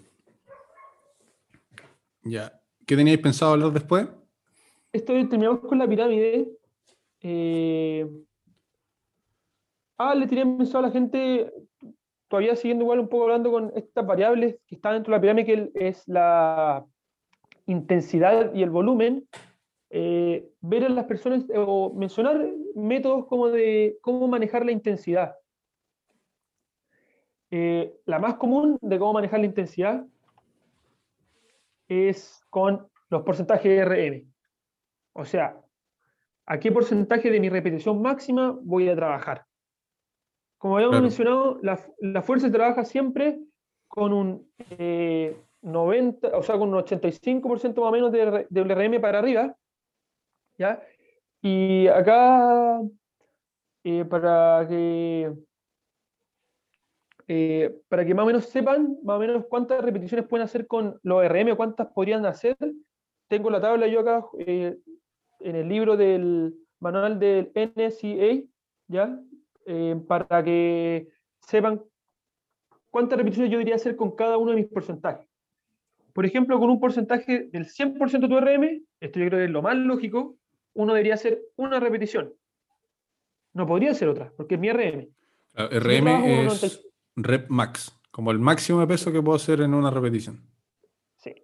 Ya. ¿Qué teníais pensado hablar después? Esto terminamos con la pirámide. Eh, Ah, le tiré pensado a la gente, todavía siguiendo igual un poco hablando con estas variables que están dentro de la pirámide, que es la intensidad y el volumen. Eh, ver a las personas eh, o mencionar métodos como de cómo manejar la intensidad. Eh, la más común de cómo manejar la intensidad es con los porcentajes de R M. O sea, ¿a qué porcentaje de mi repetición máxima voy a trabajar? Como habíamos Claro. mencionado, la, la fuerza se trabaja siempre con un eh, noventa, o sea, con un ochenta y cinco por ciento más o menos de, de R M para arriba, ¿ya? Y acá, eh, para que eh, para que más o menos sepan más o menos cuántas repeticiones pueden hacer con los R M o cuántas podrían hacer, tengo la tabla yo acá eh, en el libro del manual del N C A, ¿ya? Eh, para que sepan cuántas repeticiones yo debería hacer con cada uno de mis porcentajes. Por ejemplo, con un porcentaje del cien por ciento de tu R M, esto yo creo que es lo más lógico, uno debería hacer una repetición. No podría ser otra, porque es mi R M. Claro, Si yo trabajo con R M un es rep max, como el máximo de peso que puedo hacer en una repetición. sí.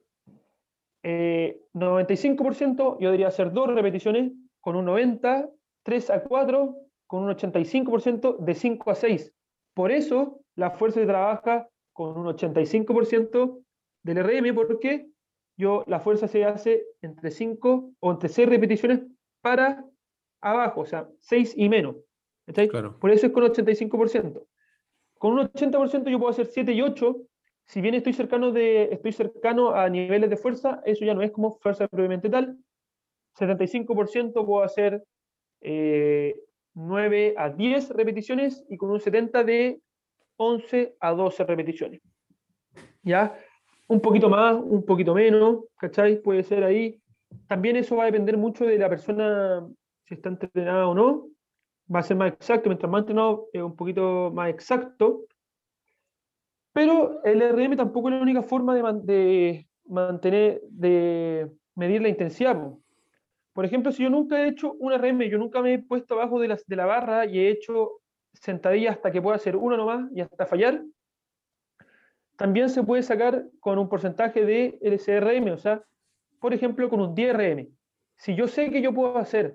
Eh, noventa y cinco por ciento yo debería hacer dos repeticiones, con un noventa, tres a cuatro, con un ochenta y cinco por ciento de cinco a seis. Por eso la fuerza se trabaja con un ochenta y cinco por ciento del R M, porque yo, la fuerza se hace entre cinco o entre seis repeticiones para abajo, o sea, seis y menos. ¿Cachai? Claro. Por eso es con ochenta y cinco por ciento. Con un ochenta por ciento yo puedo hacer siete y ocho. Si bien estoy cercano, de, estoy cercano a niveles de fuerza, eso ya no es como fuerza propiamente tal. setenta y cinco por ciento puedo hacer eh, nueve a diez repeticiones y con un setenta de once a doce repeticiones. ¿Ya? Un poquito más, un poquito menos, ¿cachai? Puede ser ahí. También eso va a depender mucho de la persona, si está entrenada o no. Va a ser más exacto, mientras más entrenado es un poquito más exacto. Pero el R M tampoco es la única forma de, man- de mantener, de medir la intensidad, po. Por ejemplo, si yo nunca he hecho un R M, yo nunca me he puesto abajo de la, de la barra y he hecho sentadillas hasta que pueda hacer una nomás y hasta fallar, también se puede sacar con un porcentaje de ese R M, o sea, por ejemplo, con un diez R M. Si yo sé que yo puedo hacer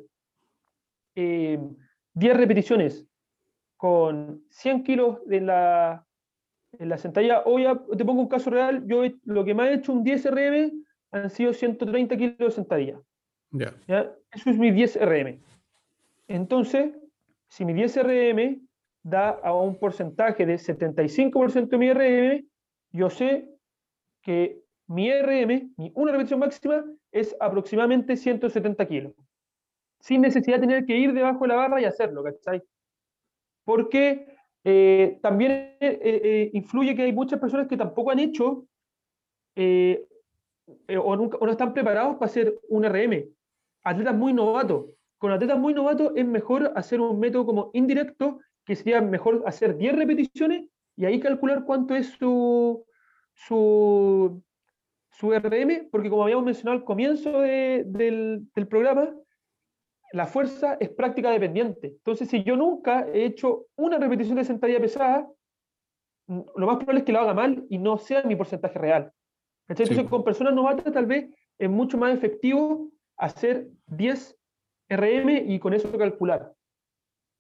eh, diez repeticiones con cien kilos de la, en la sentadilla, hoy te pongo un caso real, yo he- lo que más he hecho un diez R M han sido ciento treinta kilos de sentadilla. Ya. ¿Ya? Eso es mi diez R M. Entonces, si mi diez R M da a un porcentaje de setenta y cinco por ciento de mi R M, yo sé que mi R M, mi una repetición máxima, es aproximadamente ciento setenta kilos. Sin necesidad de tener que ir debajo de la barra y hacerlo, ¿cachai? Porque eh, también eh, eh, influye que hay muchas personas que tampoco han hecho eh, eh, o, nunca, o no están preparados para hacer un R M. Atletas muy novatos. Con atletas muy novatos es mejor hacer un método como indirecto, que sería mejor hacer diez repeticiones y ahí calcular cuánto es su, su, su R M, porque como habíamos mencionado al comienzo de, del, del programa, la fuerza es práctica dependiente. Entonces, si yo nunca he hecho una repetición de sentadilla pesada, lo más probable es que lo haga mal y no sea mi porcentaje real. ¿Cachai? Sí, Entonces, po. con personas novatas tal vez es mucho más efectivo hacer diez R M y con eso calcular.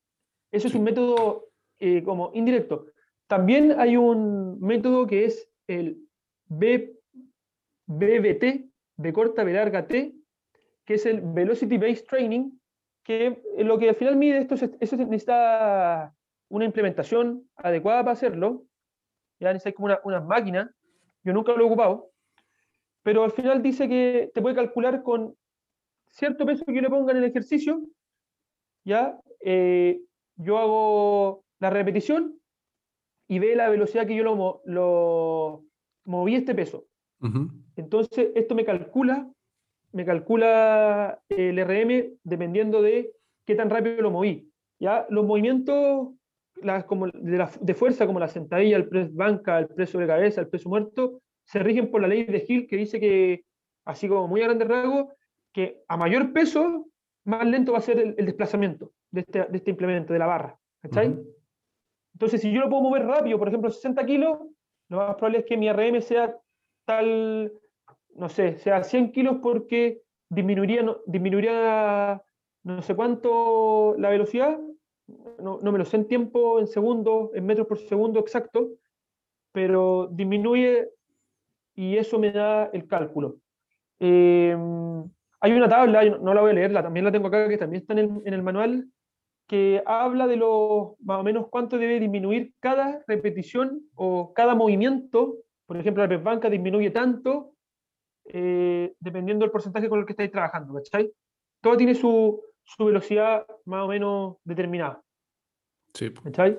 Eso es Sí. un método eh, como indirecto. También hay un método que es el B, BBT, B corta, B larga T, que es el Velocity Based Training, que lo que al final mide esto, es, eso necesita una implementación adecuada para hacerlo, ya necesita como una, una máquina, yo nunca lo he ocupado, pero al final dice que te puede calcular con cierto peso que yo le ponga en el ejercicio, ya eh, yo hago la repetición y ve la velocidad que yo lo, mo- lo moví este peso. Ujú. Entonces, esto me calcula, me calcula el R M dependiendo de qué tan rápido lo moví. ¿Ya? Los movimientos las, como de, la, de fuerza, como la sentadilla, el press banca, el press sobre cabeza, el peso muerto, se rigen por la ley de Hill que dice que, así como muy a grandes rasgos, que a mayor peso, más lento va a ser el, el desplazamiento de este, de este implemento, de la barra. ¿Cachai? Ujú. Entonces, si yo lo puedo mover rápido, por ejemplo, sesenta kilos, lo más probable es que mi R M sea tal, no sé, sea cien kilos porque disminuiría, no, disminuiría no sé cuánto la velocidad, no, no me lo sé en tiempo, en segundos, en metros por segundo exacto, pero disminuye y eso me da el cálculo. Eh, Hay una tabla, no la voy a leer, la, también la tengo acá, que también está en el, en el manual, que habla de lo más o menos cuánto debe disminuir cada repetición o cada movimiento. Por ejemplo, la press banca disminuye tanto eh, dependiendo del porcentaje con el que estáis trabajando, ¿cachai? Todo tiene su, su velocidad más o menos determinada, Sí, po. ¿cachai?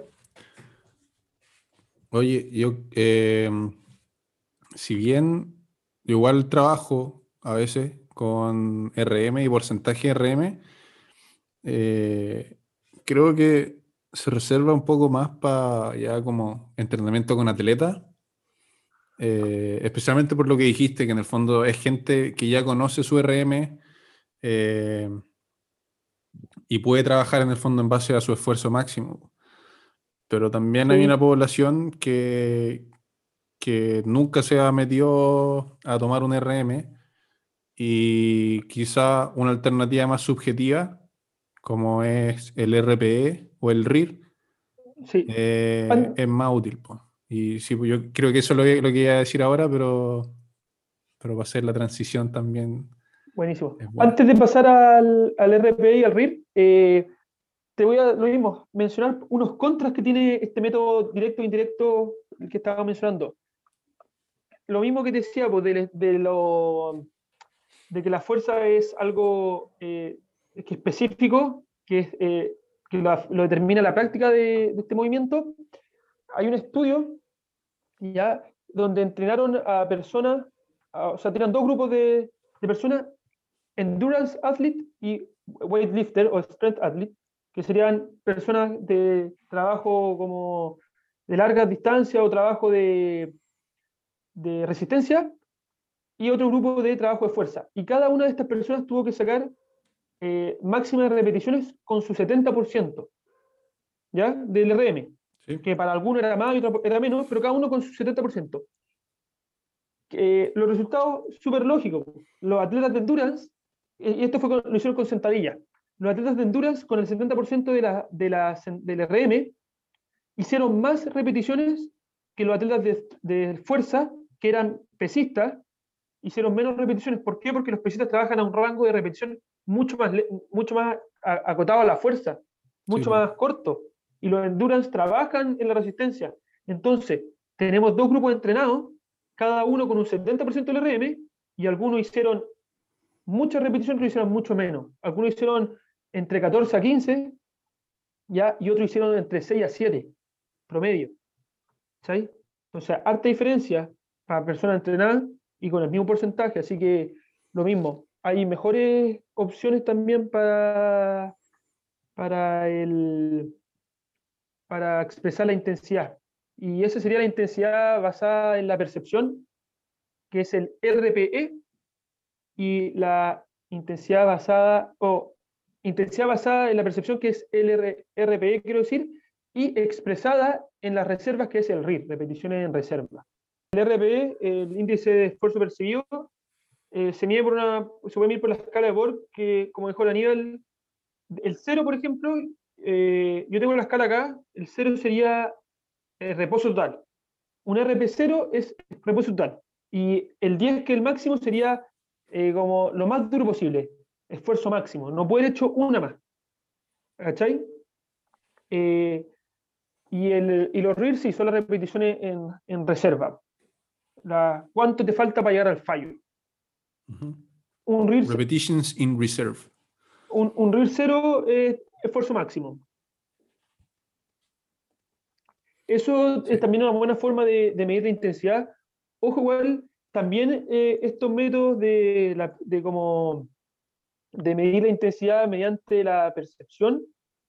Oye, yo, eh, si bien yo igual trabajo a veces con R M y porcentaje R M, eh, creo que se reserva un poco más para ya como entrenamiento con atletas, eh, especialmente por lo que dijiste, que en el fondo es gente que ya conoce su R M, eh, y puede trabajar en el fondo en base a su esfuerzo máximo. Pero también hay una Sí, población que, que nunca se ha metido a tomar un R M y quizá una alternativa más subjetiva, como es el R P E o el R I R, sí. eh, An- es más útil, po. Y sí, pues yo creo que eso es lo que, lo que iba a decir ahora, pero, pero para hacer la transición también Buenísimo. es bueno. Antes de pasar al, al R P I y al R I R, eh, te voy a lo mismo, mencionar unos contras que tiene este método directo e indirecto el que estaba mencionando. Lo mismo que te decía, pues, de, de lo, de que la fuerza es algo eh, que específico, que, es, eh, que la- lo determina la práctica de, de este movimiento. Hay un estudio ya donde entrenaron a personas, a- o sea, tenían dos grupos de, de personas, endurance athlete y weightlifter o strength athlete, que serían personas de trabajo como de larga distancia o trabajo de, de resistencia, y otro grupo de trabajo de fuerza. Y cada una de estas personas tuvo que sacar eh, máximas repeticiones con su setenta por ciento, ¿ya? Del R M, Sí, que para algunos era más y otro era menos, pero cada uno con su setenta por ciento. Eh, los resultados, súper lógicos. Los atletas de endurance, eh, y esto fue con, lo hicieron con sentadilla, los atletas de endurance con el setenta por ciento de la, de la, del R M hicieron más repeticiones que los atletas de, de fuerza, que eran pesistas, hicieron menos repeticiones. ¿Por qué? Porque los pesistas trabajan a un rango de repetición mucho más, mucho más acotado a la fuerza, sí, mucho po. más corto. Y los endurance trabajan en la resistencia. Entonces, tenemos dos grupos entrenados, cada uno con un setenta por ciento del R M, y algunos hicieron muchas repeticiones, otros hicieron mucho menos. Algunos hicieron entre catorce a quince, ¿ya? Y otros hicieron entre seis a siete, promedio. ¿Sabes? Entonces, harta diferencia para personas entrenadas y con el mismo porcentaje, así que lo mismo. Hay mejores opciones también para, para, el, para expresar la intensidad. Y esa sería la intensidad basada en la percepción, que es el R P E, y la intensidad basada, o intensidad basada en la percepción, que es el R P E, quiero decir, y expresada en las reservas, que es el R I R, repeticiones en reserva. El R P E, el índice de esfuerzo percibido, eh, se mide por una, se puede medir por la escala de Borg, que como dijo el Aníbal, el cero, por ejemplo, eh, yo tengo la escala acá, el cero sería eh, reposo total. Un R P cero es reposo total. Y el diez, que es el máximo, sería eh, como lo más duro posible. Esfuerzo máximo. No puede haber hecho una más. ¿Cachai? Eh, y, el, y los R I R sí son las repeticiones en, en reserva. La, ¿cuánto te falta para llegar al fallo? Ujú. Un R I R, Repetitions in reserve. un, un R I R cero es esfuerzo máximo. Eso Sí. es también una buena forma de, de medir la intensidad. Ojo, igual, también eh, estos métodos de, la, de, como, de medir la intensidad mediante la percepción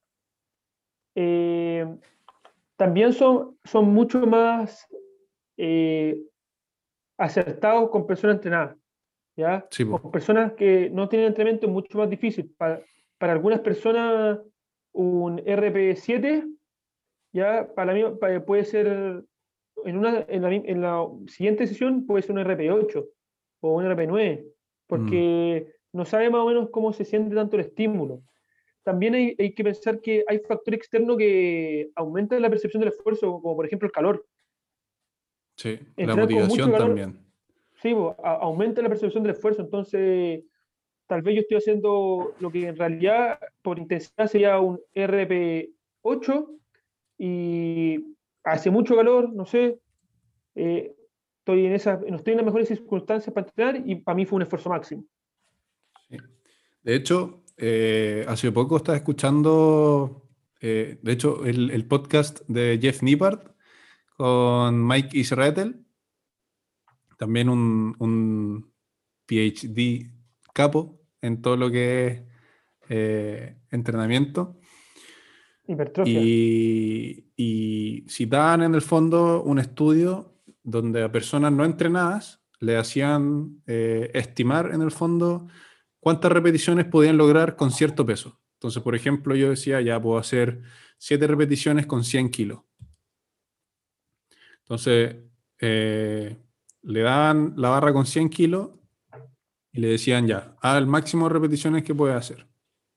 eh, también son, son mucho más eh, acertados con personas entrenadas, ¿ya? Sí, po. Con personas que no tienen entrenamiento es mucho más difícil. Para, para algunas personas, un R P siete, ¿ya? Para mí pa- puede ser, en, una, en, la, mi- en la siguiente sesión puede ser un R P ocho o un R P nueve, Mm, porque no sabe más o menos cómo se siente tanto el estímulo. También hay, hay que pensar que hay factores externos que aumentan la percepción del esfuerzo, como por ejemplo el calor. sí, la Entrenar con mucho motivación calor, también. sí, bo, a- aumenta la percepción del esfuerzo. Entonces, tal vez yo estoy haciendo lo que en realidad por intensidad sería un R P ocho y hace mucho calor, no sé, eh, estoy en esa, no estoy en las mejores circunstancias para entrenar y para mí fue un esfuerzo máximo. Sí. De hecho, eh, hace poco estaba escuchando, eh, de hecho, el, el podcast de Jeff Nippard con Mike Israetel, también un, un PhD capo en todo lo que es eh, entrenamiento. Hipertrofia. Y, y citaban en el fondo un estudio donde a personas no entrenadas le hacían eh, estimar en el fondo cuántas repeticiones podían lograr con cierto peso. Entonces, por ejemplo, yo decía, ya puedo hacer siete repeticiones con cien kilos. Entonces, eh, le daban la barra con cien kilos y le decían, ya, haz el máximo de repeticiones que puedes hacer.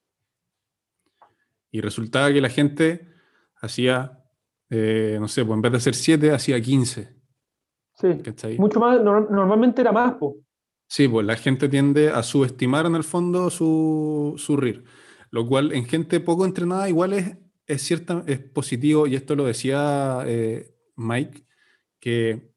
Y resultaba que la gente hacía, eh, no sé, pues en vez de hacer siete, hacía quince. Sí, ¿Cachai? mucho más, nor- normalmente era más, po. Sí, pues la gente tiende a subestimar en el fondo su, su R I R, lo cual en gente poco entrenada igual es, es, cierta, es positivo, y esto lo decía eh, Mike, que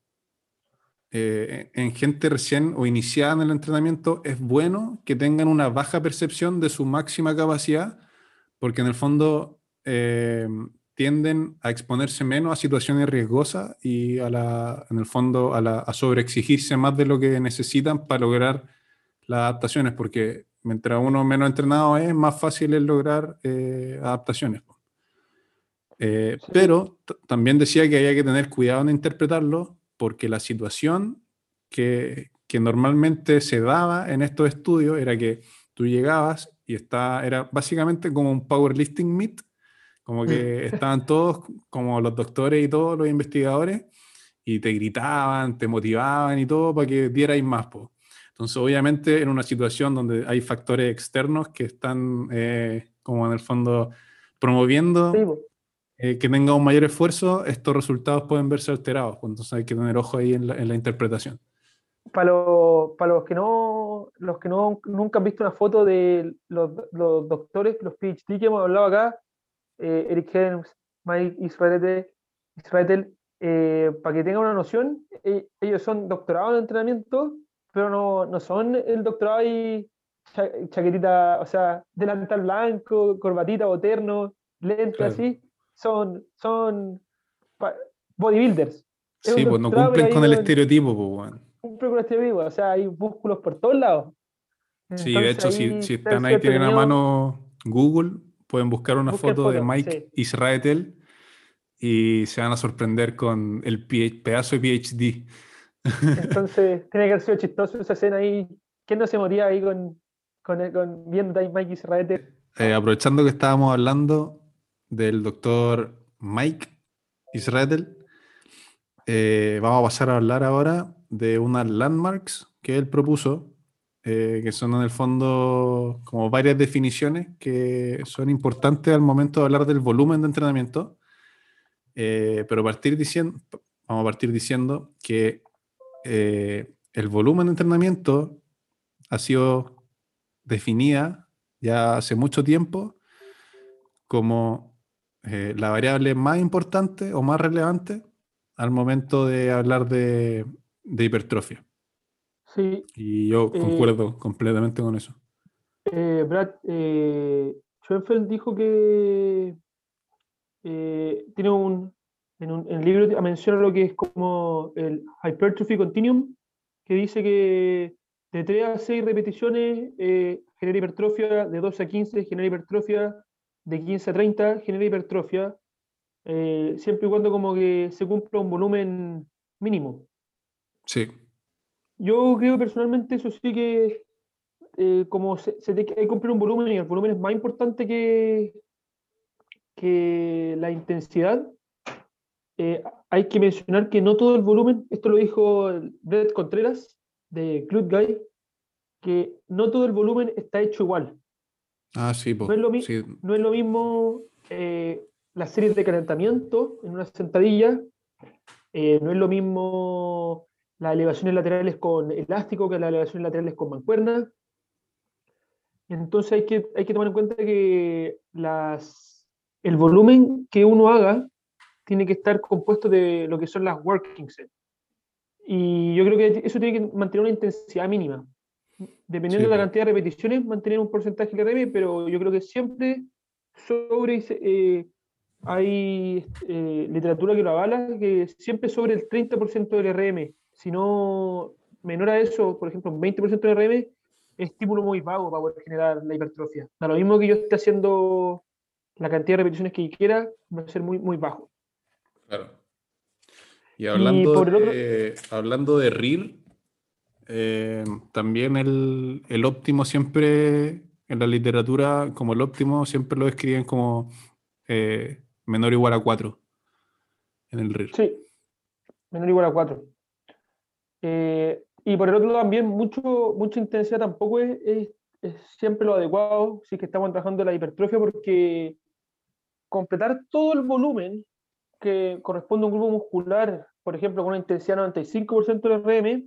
eh, en gente recién o iniciada en el entrenamiento es bueno que tengan una baja percepción de su máxima capacidad, porque en el fondo eh, tienden a exponerse menos a situaciones riesgosas y a la, en el fondo a, la, a sobreexigirse más de lo que necesitan para lograr las adaptaciones, porque mientras uno menos entrenado es, más fácil es lograr eh, adaptaciones. Eh, Sí, pero t- también decía que había que tener cuidado en interpretarlo, porque la situación que, que normalmente se daba en estos estudios era que tú llegabas y está, era básicamente como un powerlifting meet, como que estaban todos, como los doctores y todos los investigadores, y te gritaban, te motivaban y todo para que dierais más, po. Entonces, obviamente, en una situación donde hay factores externos que están, eh, como en el fondo, sí, promoviendo po. eh, que tenga un mayor esfuerzo, estos resultados pueden verse alterados, pues. Entonces hay que tener ojo ahí en la, en la interpretación. Para los, para los que no, los que no nunca han visto una foto de los, los doctores, los PhD que hemos hablado acá, eh, Eric Helms, Mike Israetel, Israetel eh, para que tengan una noción, eh, ellos son doctorados en entrenamiento, pero no, no son el doctorado ahí cha- chaquetita, o sea, delantal blanco, corbatita o terno, lente Claro. así, son, son pa- bodybuilders. Es un Sí, pues no doctorado, pero cumplen ahí con el con estereotipo, pues, weón. un precursor vivo, o sea, hay músculos por todos lados. Sí, de Entonces hecho, si, ahí si debe están ser ahí, tienen a entretenido mano Google, pueden buscar una buscar foto de fotos, Mike sí. Israetel y se van a sorprender con el P- pedazo de PhD. Entonces tiene que haber sido chistoso esa escena ahí. ¿Quién no se moría ahí con, con, con viendo a Mike Israel? Eh, aprovechando que estábamos hablando del doctor Mike Israetel, eh, vamos a pasar a hablar ahora de unas landmarks que él propuso, eh, que son en el fondo como varias definiciones que son importantes al momento de hablar del volumen de entrenamiento. Eh, pero partir diciendo, vamos a partir diciendo que eh, el volumen de entrenamiento ha sido definida ya hace mucho tiempo como eh, la variable más importante o más relevante al momento de hablar de, de hipertrofia. Sí, Y yo eh, concuerdo completamente con eso. eh, Brad eh, Schoenfeld dijo que eh, tiene un en, un, en el libro menciona lo que es como el hypertrophy continuum, que dice que de tres a seis repeticiones eh, genera hipertrofia, de doce a quince genera hipertrofia, de quince a treinta genera hipertrofia, eh, siempre y cuando como que se cumpla un volumen mínimo. Sí, Yo creo personalmente eso sí que eh, como se, se tiene que hay que cumplir un volumen y el volumen es más importante que, que la intensidad. Eh, hay que mencionar que no todo el volumen, esto lo dijo Brett Contreras de Club Guy, que no todo el volumen está hecho igual. ah, sí, pues, No es lo, mi- sí, no es lo mismo eh, las series de calentamiento en una sentadilla, eh, no es lo mismo las elevaciones laterales con elástico que las elevaciones laterales con mancuerna. Entonces hay que, hay que tomar en cuenta que las, el volumen que uno haga tiene que estar compuesto de lo que son las working sets. Y yo creo que eso tiene que mantener una intensidad mínima. sí, Dependiendo de la pues, cantidad de repeticiones, mantener un porcentaje de R M, pero yo creo que siempre sobre, eh, hay eh, literatura que lo avala, que siempre sobre el treinta por ciento del R M. Si no menor a eso, por ejemplo, un veinte por ciento del R M, es estímulo muy vago para poder generar la hipertrofia. Da lo mismo que yo esté haciendo la cantidad de repeticiones que quiera, va a ser muy, muy bajo. claro. Y Y hablando por el otro, de, hablando de R I R, eh, también el, el óptimo siempre, en la literatura, como el óptimo, siempre lo describen como eh, menor o igual a cuatro en el R I R. sí, menor o igual a cuatro. Eh, y por el otro también, mucho, mucha intensidad tampoco es, es, es siempre lo adecuado si es que estamos trabajando la hipertrofia, porque completar todo el volumen que corresponde a un grupo muscular, por ejemplo, con una intensidad noventa y cinco por ciento del R M,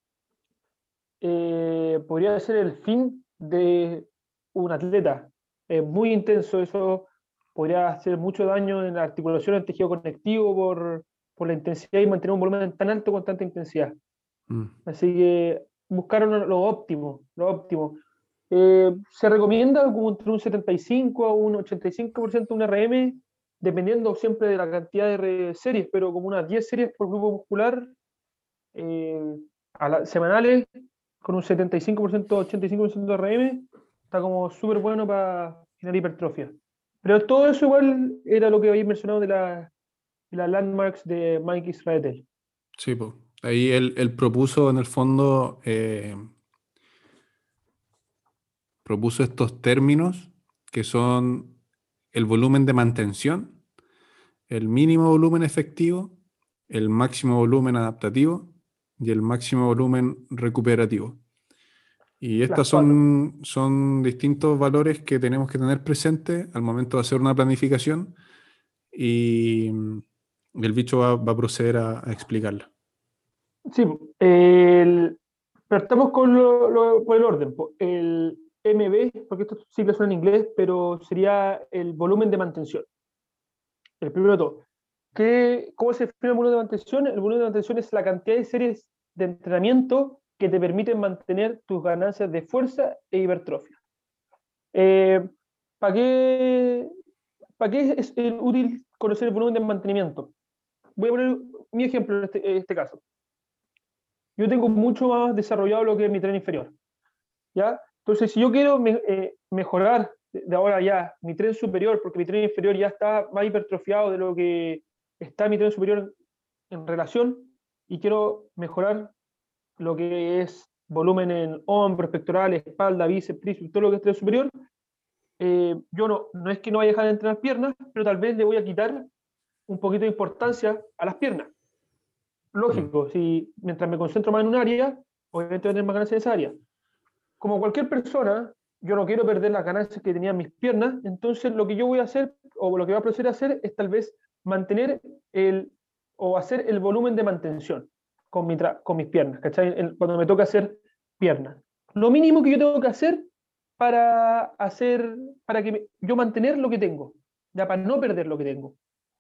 eh, podría ser el fin de un atleta. Es muy intenso, eso podría hacer mucho daño en la articulación, en el tejido conectivo por, por la intensidad y mantener un volumen tan alto con tanta intensidad. Mm, Así que buscaron lo óptimo, lo óptimo. Eh, se recomienda como entre un setenta y cinco a un ochenta y cinco por ciento un R M, dependiendo siempre de la cantidad de re- series, pero como unas diez series por grupo muscular eh, a la- semanales, con un setenta y cinco por ciento, ochenta y cinco por ciento de R M, está como súper bueno para generar hipertrofia. Pero todo eso igual era lo que habéis mencionado de, la, de las landmarks de Mike Israetel. sí, pues. Ahí él, él propuso en el fondo, eh, propuso estos términos que son el volumen de mantención, el mínimo volumen efectivo, el máximo volumen adaptativo y el máximo volumen recuperativo. Y Las estos cuatro. son, son distintos valores que tenemos que tener presentes al momento de hacer una planificación y mm, el bicho va, va a proceder a, a explicarla. Sí, el, partamos con lo, lo- por el orden. Po. El M B, porque estos siglas son en inglés, pero sería el volumen de mantención. El primero de todo. ¿Qué, ¿Cómo se define el volumen de mantención? El volumen de mantención es la cantidad de series de entrenamiento que te permiten mantener tus ganancias de fuerza e hipertrofia. Eh, ¿Para qué, ¿Para qué es útil conocer el volumen de mantenimiento? Voy a poner mi ejemplo en este, en este caso. Yo tengo mucho más desarrollado lo que es mi tren inferior. ¿Ya? Entonces, si yo quiero me, eh, mejorar de ahora ya mi tren superior, porque mi tren inferior ya está más hipertrofiado de lo que está mi tren superior en relación, y quiero mejorar lo que es volumen en hombros, pectorales, espalda, bíceps, tríceps, todo lo que es tren superior, eh, yo no, no es que no vaya a dejar de entrenar piernas, pero tal vez le voy a quitar un poquito de importancia a las piernas. Mm, Lógico, si mientras me concentro más en un área, obviamente voy a tener más ganancia en esa área. como cualquier persona, yo no quiero perder las ganancias que tenían mis piernas, entonces lo que yo voy a hacer, o lo que voy a proceder a hacer, es tal vez mantener el, o hacer el volumen de mantención con, mi tra- con mis piernas, ¿cachai? El- cuando me toca hacer piernas. Lo mínimo que yo tengo que hacer para hacer, para que me- yo mantener lo que tengo, ya para no perder lo que tengo.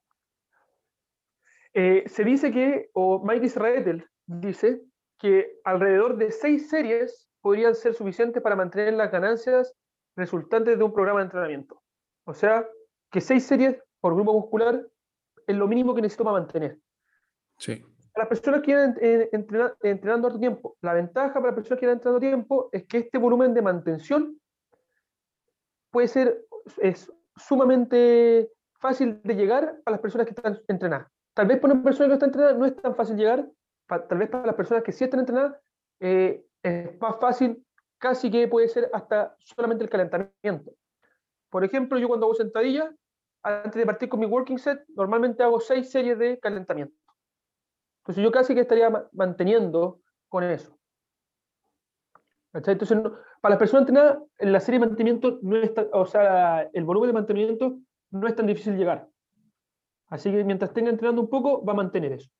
Eh, se dice que, o Mike Israetel dice, que alrededor de seis series podrían ser suficientes para mantener las ganancias resultantes de un programa de entrenamiento. O sea, que seis series por grupo muscular es lo mínimo que necesito para mantener. Sí, Para las personas que van eh, entrena- entrenando harto tiempo, la ventaja para las personas que van entrenando tiempo es que este volumen de mantención puede ser es sumamente fácil de llegar para las personas que están entrenadas. Tal vez para una persona que no está entrenada no es tan fácil llegar, pa- tal vez para las personas que sí están entrenadas eh, es más fácil, casi que puede ser hasta solamente el calentamiento. Por ejemplo, yo cuando hago sentadilla, antes de partir con mi working set, normalmente hago seis series de calentamiento. Entonces yo casi que estaría ma- manteniendo con eso. ¿Cachai? Entonces, no- para las personas entrenadas, en la serie de mantenimiento no es tan- o sea, el volumen de mantenimiento no es tan difícil llegar. Así que mientras tenga entrenando un poco, va a mantener eso.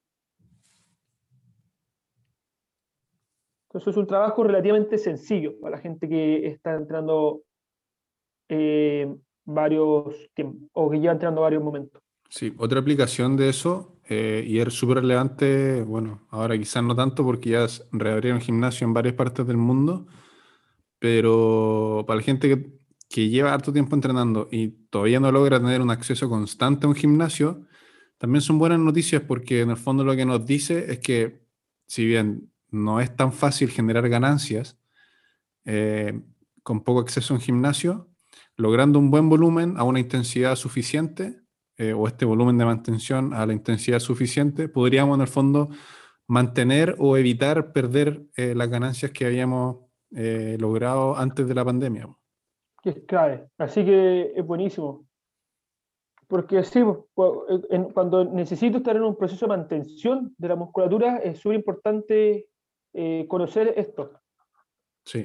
Entonces es un trabajo relativamente sencillo para la gente que está entrenando eh, varios tiempos o que lleva entrenando varios momentos. sí. Otra aplicación de eso, eh, y es súper relevante, bueno, ahora quizás no tanto porque ya s- reabrieron gimnasio en varias partes del mundo, pero para la gente que, que lleva harto tiempo entrenando y todavía no logra tener un acceso constante a un gimnasio, también son buenas noticias porque en el fondo lo que nos dice es que si bien no es tan fácil generar ganancias eh, con poco acceso a un gimnasio, logrando un buen volumen a una intensidad suficiente, eh, o este volumen de mantención a la intensidad suficiente, podríamos en el fondo mantener o evitar perder eh, las ganancias que habíamos eh, logrado antes de la pandemia. Que es clave. Así que es buenísimo. Porque sí, pues, cu- en- cuando necesito estar en un proceso de mantención de la musculatura, es súper importante eh, conocer esto. Sí,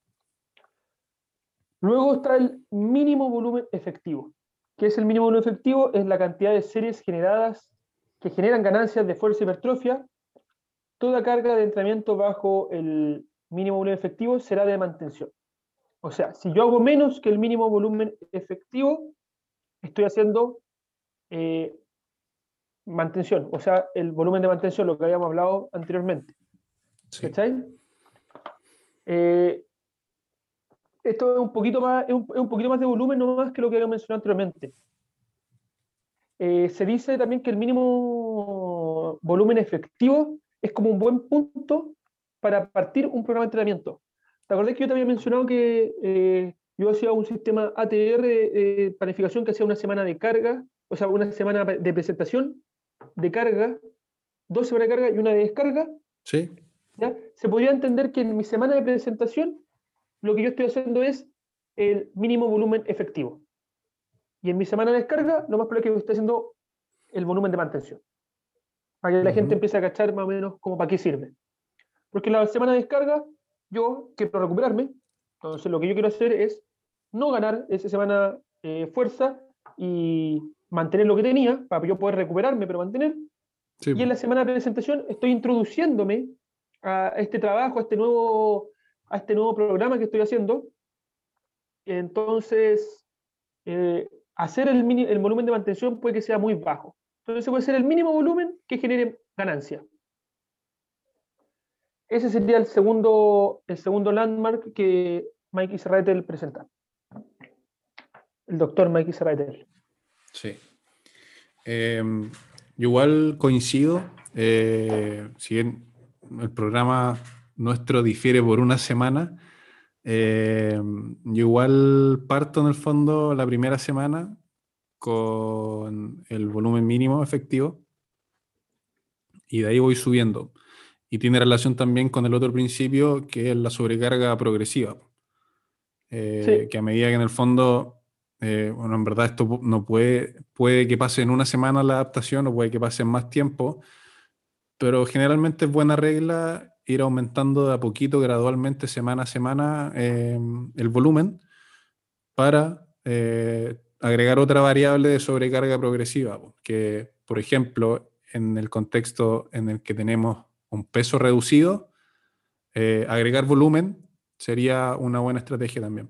Luego está el mínimo volumen efectivo. ¿Qué es el mínimo volumen efectivo? Es la cantidad de series generadas que generan ganancias de fuerza y hipertrofia. Toda carga de entrenamiento bajo el mínimo volumen efectivo será de mantención. O sea, si yo hago menos que el mínimo volumen efectivo, estoy haciendo eh, mantención, o sea, el volumen de mantención, lo que habíamos hablado anteriormente. sí. ¿Cachai? Eh, esto es un poquito más, es un, es un poquito más de volumen, no más que lo que había mencionado anteriormente. Eh, se dice también que el mínimo volumen efectivo es como un buen punto para partir un programa de entrenamiento. ¿Te acordás que yo te había mencionado que eh, yo hacía un sistema A T R de eh, planificación que hacía una semana de carga, o sea, una semana de presentación, de carga, dos semanas de carga y una de descarga? Sí, ¿Ya? Se podría entender que en mi semana de presentación lo que yo estoy haciendo es el mínimo volumen efectivo. Y en mi semana de descarga, lo más probable es que yo esté haciendo el volumen de mantención. Para que la gente ujú, empiece a cachar más o menos como para qué sirve. Porque la semana de descarga, yo quiero recuperarme. Entonces lo que yo quiero hacer es no ganar esa semana eh, fuerza y mantener lo que tenía para yo poder recuperarme, pero mantener. sí, Y en po. la semana de presentación estoy introduciéndome a este trabajo, a este nuevo, a este nuevo programa que estoy haciendo. Entonces, eh, hacer el, mini- el volumen de mantención puede que sea muy bajo. Entonces, puede ser el mínimo volumen que genere ganancia. Ese sería el segundo, el segundo landmark que Mike Israetel presenta. El doctor Mike Israetel. Sí. Eh, yo igual coincido, eh, si bien el programa nuestro difiere por una semana, eh, yo igual parto en el fondo la primera semana con el volumen mínimo efectivo y de ahí voy subiendo. Y tiene relación también con el otro principio que es la sobrecarga progresiva, eh, Sí, que a medida que en el fondo, eh, bueno, en verdad esto pu- no puede, puede que pase en una semana la adaptación o puede que pase en más tiempo, pero generalmente es buena regla ir aumentando de a poquito, gradualmente, semana a semana, eh, el volumen para eh, agregar otra variable de sobrecarga progresiva, po, que, por ejemplo, en el contexto en el que tenemos un peso reducido, eh, agregar volumen sería una buena estrategia también.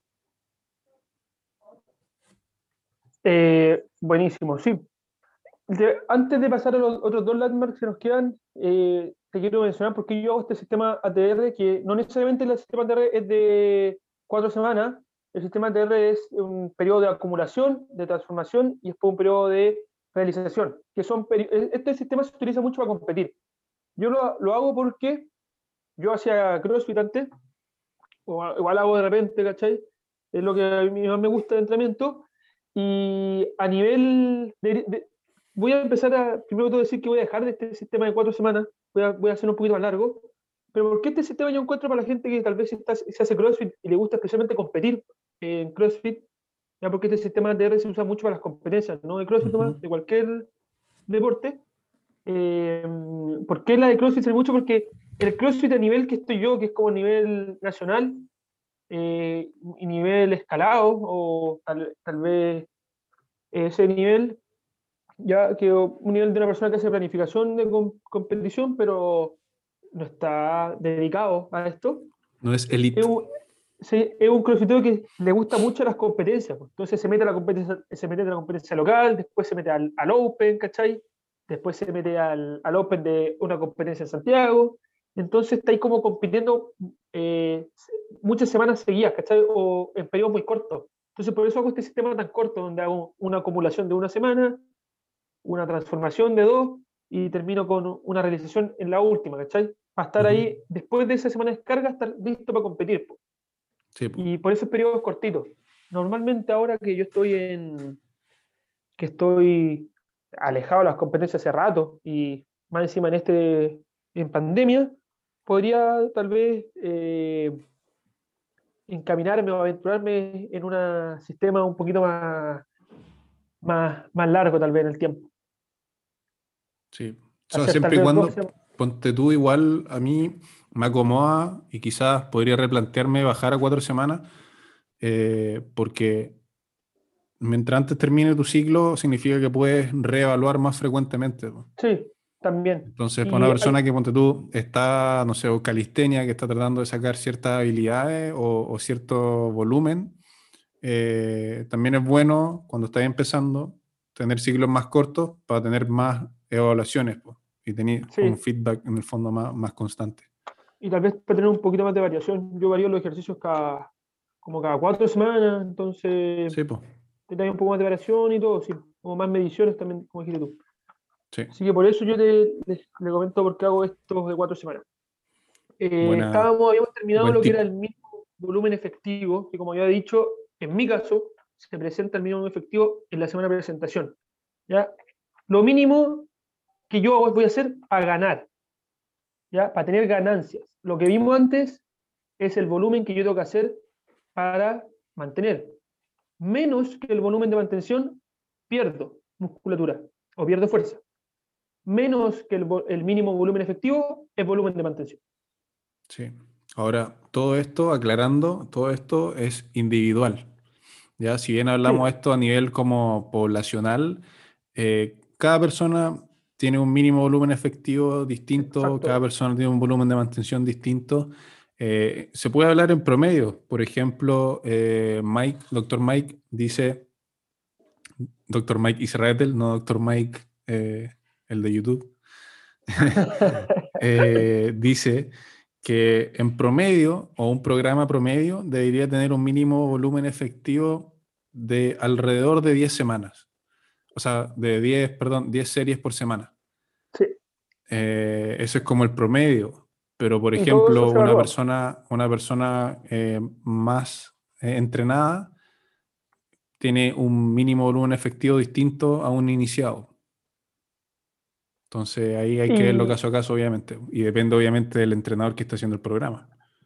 Eh, buenísimo, sí. De- antes de pasar a los otros dos landmarks que nos quedan, eh, te quiero mencionar por qué yo hago este sistema A T R, que no necesariamente el sistema A T R es de cuatro semanas. El sistema A T R es un periodo de acumulación, de transformación y después un periodo de realización, que son peri- e- este sistema se utiliza mucho para competir. Yo lo, lo hago porque yo hacía CrossFit antes, o a- igual hago de repente, ¿cachai? Es lo que a mí más me gusta de entrenamiento. Y a nivel de, de- voy a empezar a, primero que todo decir que voy a dejar de este sistema de cuatro semanas, voy a, voy a hacer un poquito más largo, pero ¿por qué este sistema yo encuentro para la gente que tal vez está- se hace CrossFit y le gusta especialmente competir en CrossFit? Ya, porque este sistema de R se usa mucho para las competencias, no de CrossFit Ujú. nomás, de cualquier deporte. Eh, ¿Por qué la de CrossFit sirve mucho? Porque el CrossFit a nivel que estoy yo, que es como nivel nacional, eh, y nivel escalado, o tal, tal vez ese nivel, ya que un nivel de una persona que hace planificación de com- competición, pero no está dedicado a esto, No es es elite. un, se- es un crossfitero que le gusta mucho las competencias, pues. Entonces se mete a la competencia, se mete a la competencia local, después se mete al, al Open, ¿cachai? Después se mete al, al Open de una competencia en Santiago. Entonces está ahí como compitiendo eh, muchas semanas seguidas, ¿cachai? O en periodos muy cortos. Entonces por eso hago este sistema tan corto, donde hago una acumulación de una semana, una transformación de dos, y termino con una realización en la última, ¿cachai? Para estar Ujú. ahí, después de esa semana de descarga, estar listo para competir, po. Sí, po. Y por esos periodos cortitos. Normalmente ahora que yo estoy en, que estoy alejado de las competencias hace rato y más encima en este, en pandemia, podría tal vez eh, encaminarme o aventurarme en un sistema un poquito más, más, más largo tal vez en el tiempo. Sí. O sea, Hacer tal siempre y vez dos cuando, semanas. ponte tú, igual a mí me acomoda y quizás podría replantearme bajar a cuatro semanas, eh, porque mientras antes termine tu ciclo, significa que puedes reevaluar más frecuentemente, po. Sí, también. Entonces, para una Y hay, persona que, ponte tú, está, no sé, o calistenia, que está tratando de sacar ciertas habilidades o, o cierto volumen, eh, también es bueno, cuando estás empezando, tener ciclos más cortos para tener más evaluaciones, po, y tener un sí, feedback en el fondo más, más constante. y tal vez para tener un poquito más de variación. Yo varío los ejercicios cada, como cada cuatro semanas, entonces Sí, pues, tenéis un poco más de variación y todo, sí, como más mediciones también, como dijiste tú. sí. Así que por eso yo te, les- le comento por qué hago estos de cuatro semanas. Eh, Buena, estábamos, habíamos terminado buen lo que era tip. el mínimo volumen efectivo, que como ya he dicho, en mi caso, se presenta el mínimo efectivo en la semana de presentación. ¿Ya? Lo mínimo que yo voy a hacer para ganar, ¿ya? Para tener ganancias. Lo que vimos antes es el volumen que yo tengo que hacer para mantener. Menos que el volumen de mantención, pierdo musculatura o pierdo fuerza. Menos que el, el mínimo volumen efectivo es volumen de mantención. Sí. Ahora, todo esto, aclarando, todo esto es individual. Ya, si bien hablamos Sí, esto a nivel como poblacional, eh, cada persona tiene un mínimo volumen efectivo distinto, cada exacto. persona tiene un volumen de mantención distinto. Eh, se puede hablar en promedio. Por ejemplo, eh, Mike, doctor Mike dice, doctor Mike Israetel, no doctor Mike, eh, el de YouTube, eh, dice que en promedio o un programa promedio debería tener un mínimo volumen efectivo de alrededor de diez semanas. O sea, de diez, perdón, diez series por semana. Sí. Eh, eso es como el promedio. Pero, por Y todo eso ejemplo, se una evalúa. persona, una persona eh, más eh, entrenada tiene un mínimo volumen efectivo distinto a un iniciado. Entonces ahí hay que verlo Y caso a caso, obviamente. Y depende, obviamente, del entrenador que está haciendo el programa.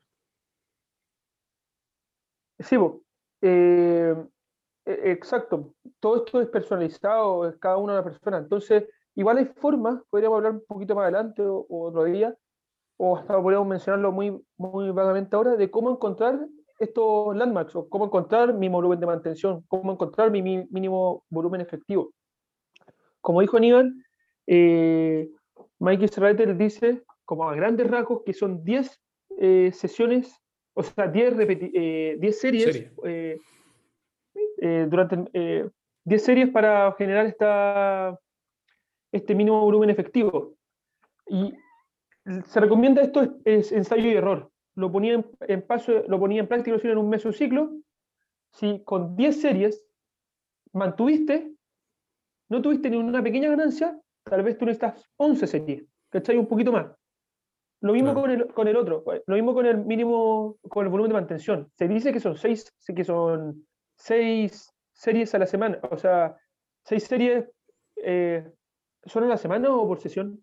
sí, bo, eh, e- exacto. Todo esto es personalizado, es cada una de las personas. Entonces, igual hay formas, podríamos hablar un poquito más adelante o, o otro día, o hasta podríamos mencionarlo muy, muy vagamente ahora, de cómo encontrar estos landmarks, o cómo encontrar mi volumen de mantención, cómo encontrar mi mi- mínimo volumen efectivo. Como dijo Aníbal, eh, Mike Israetel dice, como a grandes rasgos, que son diez eh, sesiones, o sea, diez, repeti- eh, diez series, Serie. eh, eh, durante eh, diez series para generar esta, este mínimo volumen efectivo. Y se recomienda esto es, es ensayo y error. Lo ponía en, en paso, lo ponía en práctica en un mesociclo. Si con diez series mantuviste, no tuviste ni una pequeña ganancia, tal vez tú necesitas once series, ¿cachai? Un poquito más. Lo mismo Claro. con el, con el otro, lo mismo con el mínimo, con el volumen de mantención. Se dice que son seis, que son seis series a la semana, o sea, seis series eh, ¿son a la semana o por sesión?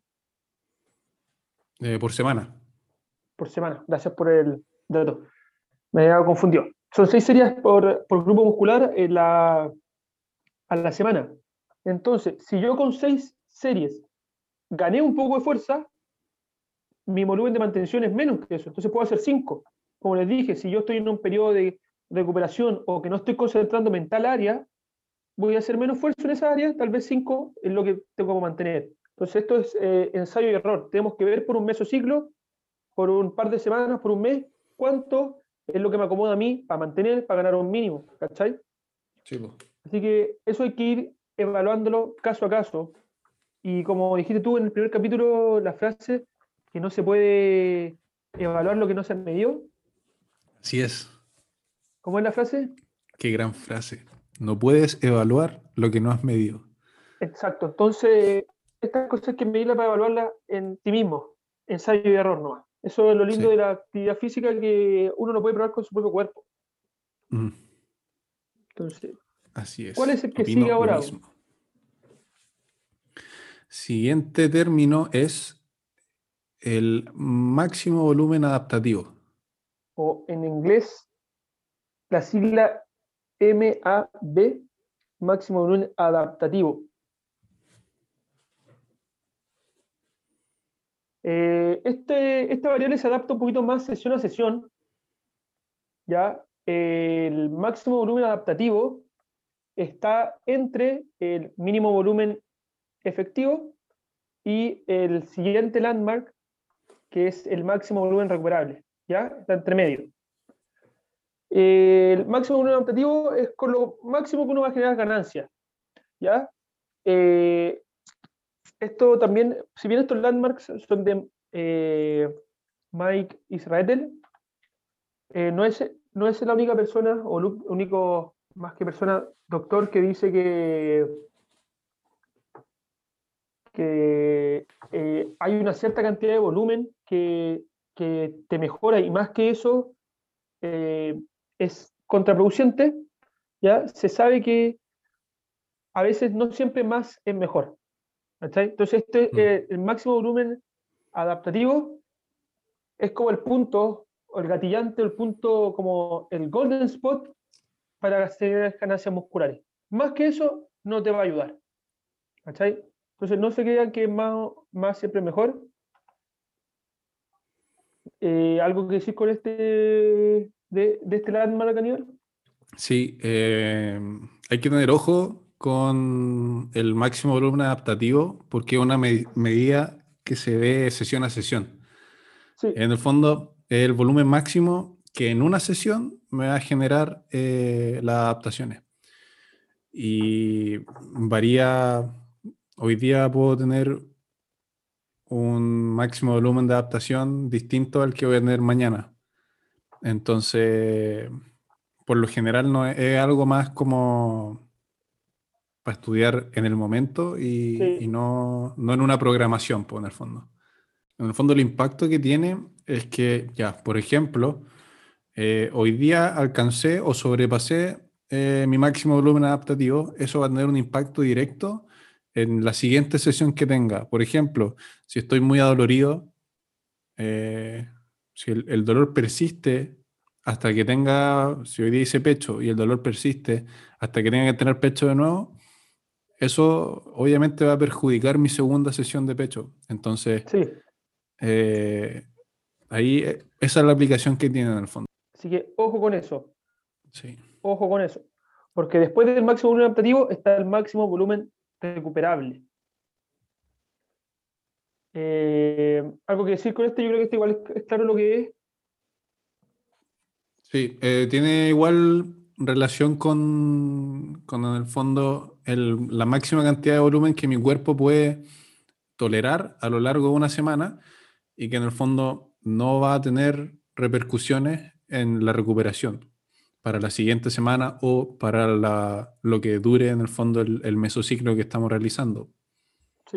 Eh, por semana. Por semana. Gracias por el dato. Me había confundido. Son seis series por, por grupo muscular en la, a la semana. Entonces, si yo con seis series gané un poco de fuerza, mi volumen de mantención es menos que eso. Entonces puedo hacer cinco. Como les dije, si yo estoy en un periodo de recuperación o que no estoy concentrándome en tal área, voy a hacer menos esfuerzo en esa área, tal vez cinco es lo que tengo que mantener. Entonces esto es eh, ensayo y error. Tenemos que ver por un mesociclo, por un par de semanas, por un mes, cuánto es lo que me acomoda a mí para mantener, para ganar un mínimo, ¿cachai? Sí, po. Así que eso hay que ir evaluándolo caso a caso. Y como dijiste tú en el primer capítulo, la frase que no se puede evaluar lo que no se medió. Así es. ¿Cómo es la frase? Qué gran frase. No puedes evaluar lo que no has medido. Exacto. Entonces, estas cosas hay que medirlas para evaluarlas en ti mismo. Ensayo y error nomás. Eso es lo lindo Sí. de la actividad física, que uno lo puede probar con su propio cuerpo. Mm, Entonces, así ¿cuál es. es el que sigue Opino lo ahora? mismo. Siguiente término es el máximo volumen adaptativo. O en inglés, la sigla M A B, máximo volumen adaptativo. Eh, este, esta variable se adapta un poquito más sesión a sesión, ¿ya? El máximo volumen adaptativo está entre el mínimo volumen efectivo y el siguiente landmark, que es el máximo volumen recuperable, ¿ya? Está entre medio. El máximo volumen adaptativo es con lo máximo que uno va a generar ganancias, ¿ya? Eh, esto también, si bien estos landmarks son de eh, Mike Israetel, eh, no, es, no es la única persona o el único, más que persona, doctor que dice que, que eh, hay una cierta cantidad de volumen que, que te mejora, y más que eso eh, es contraproducente. Ya se sabe que a veces no siempre más es mejor, ¿cachai? Entonces este, Mm. eh, el máximo volumen adaptativo es como el punto, o el gatillante, el punto, como el golden spot para hacer ganancias musculares. Más que eso, no te va a ayudar. ¿Cachai? Entonces, no se crean que más, más siempre es mejor. Eh, ¿algo que decir con este, de, de este landmark, Aníbal? Sí, eh, hay que tener ojo con el máximo volumen adaptativo porque es una me- medida que se ve sesión a sesión. Sí, En el fondo, el volumen máximo que en una sesión me va a generar eh, las adaptaciones. Y varía, hoy día puedo tener un máximo volumen de adaptación distinto al que voy a tener mañana. Entonces, por lo general no es, es algo más como para estudiar en el momento y, y sí, no, no en una programación, pues, en el fondo. En el fondo el impacto que tiene es que, ya, por ejemplo, eh, hoy día alcancé o sobrepasé eh, mi máximo volumen adaptativo. Eso va a tener un impacto directo en la siguiente sesión que tenga. Por ejemplo, si estoy muy adolorido, eh, si el, el dolor persiste hasta que tenga, si hoy día hice pecho y el dolor persiste hasta que tenga que tener pecho de nuevo, eso obviamente va a perjudicar mi segunda sesión de pecho. Entonces, sí, eh, Ahí, eh, esa es la aplicación que tiene en el fondo. Así que ojo con eso, Sí. ojo con eso. Porque después del máximo volumen adaptativo está el máximo volumen recuperable. Eh, algo que decir con esto, yo creo que esto igual es, es claro lo que es. Sí, eh, tiene igual relación con, con en el fondo el- la máxima cantidad de volumen que mi cuerpo puede tolerar a lo largo de una semana y que en el fondo no va a tener repercusiones en la recuperación para la siguiente semana o para la- lo que dure en el fondo el, el mesociclo que estamos realizando. Sí,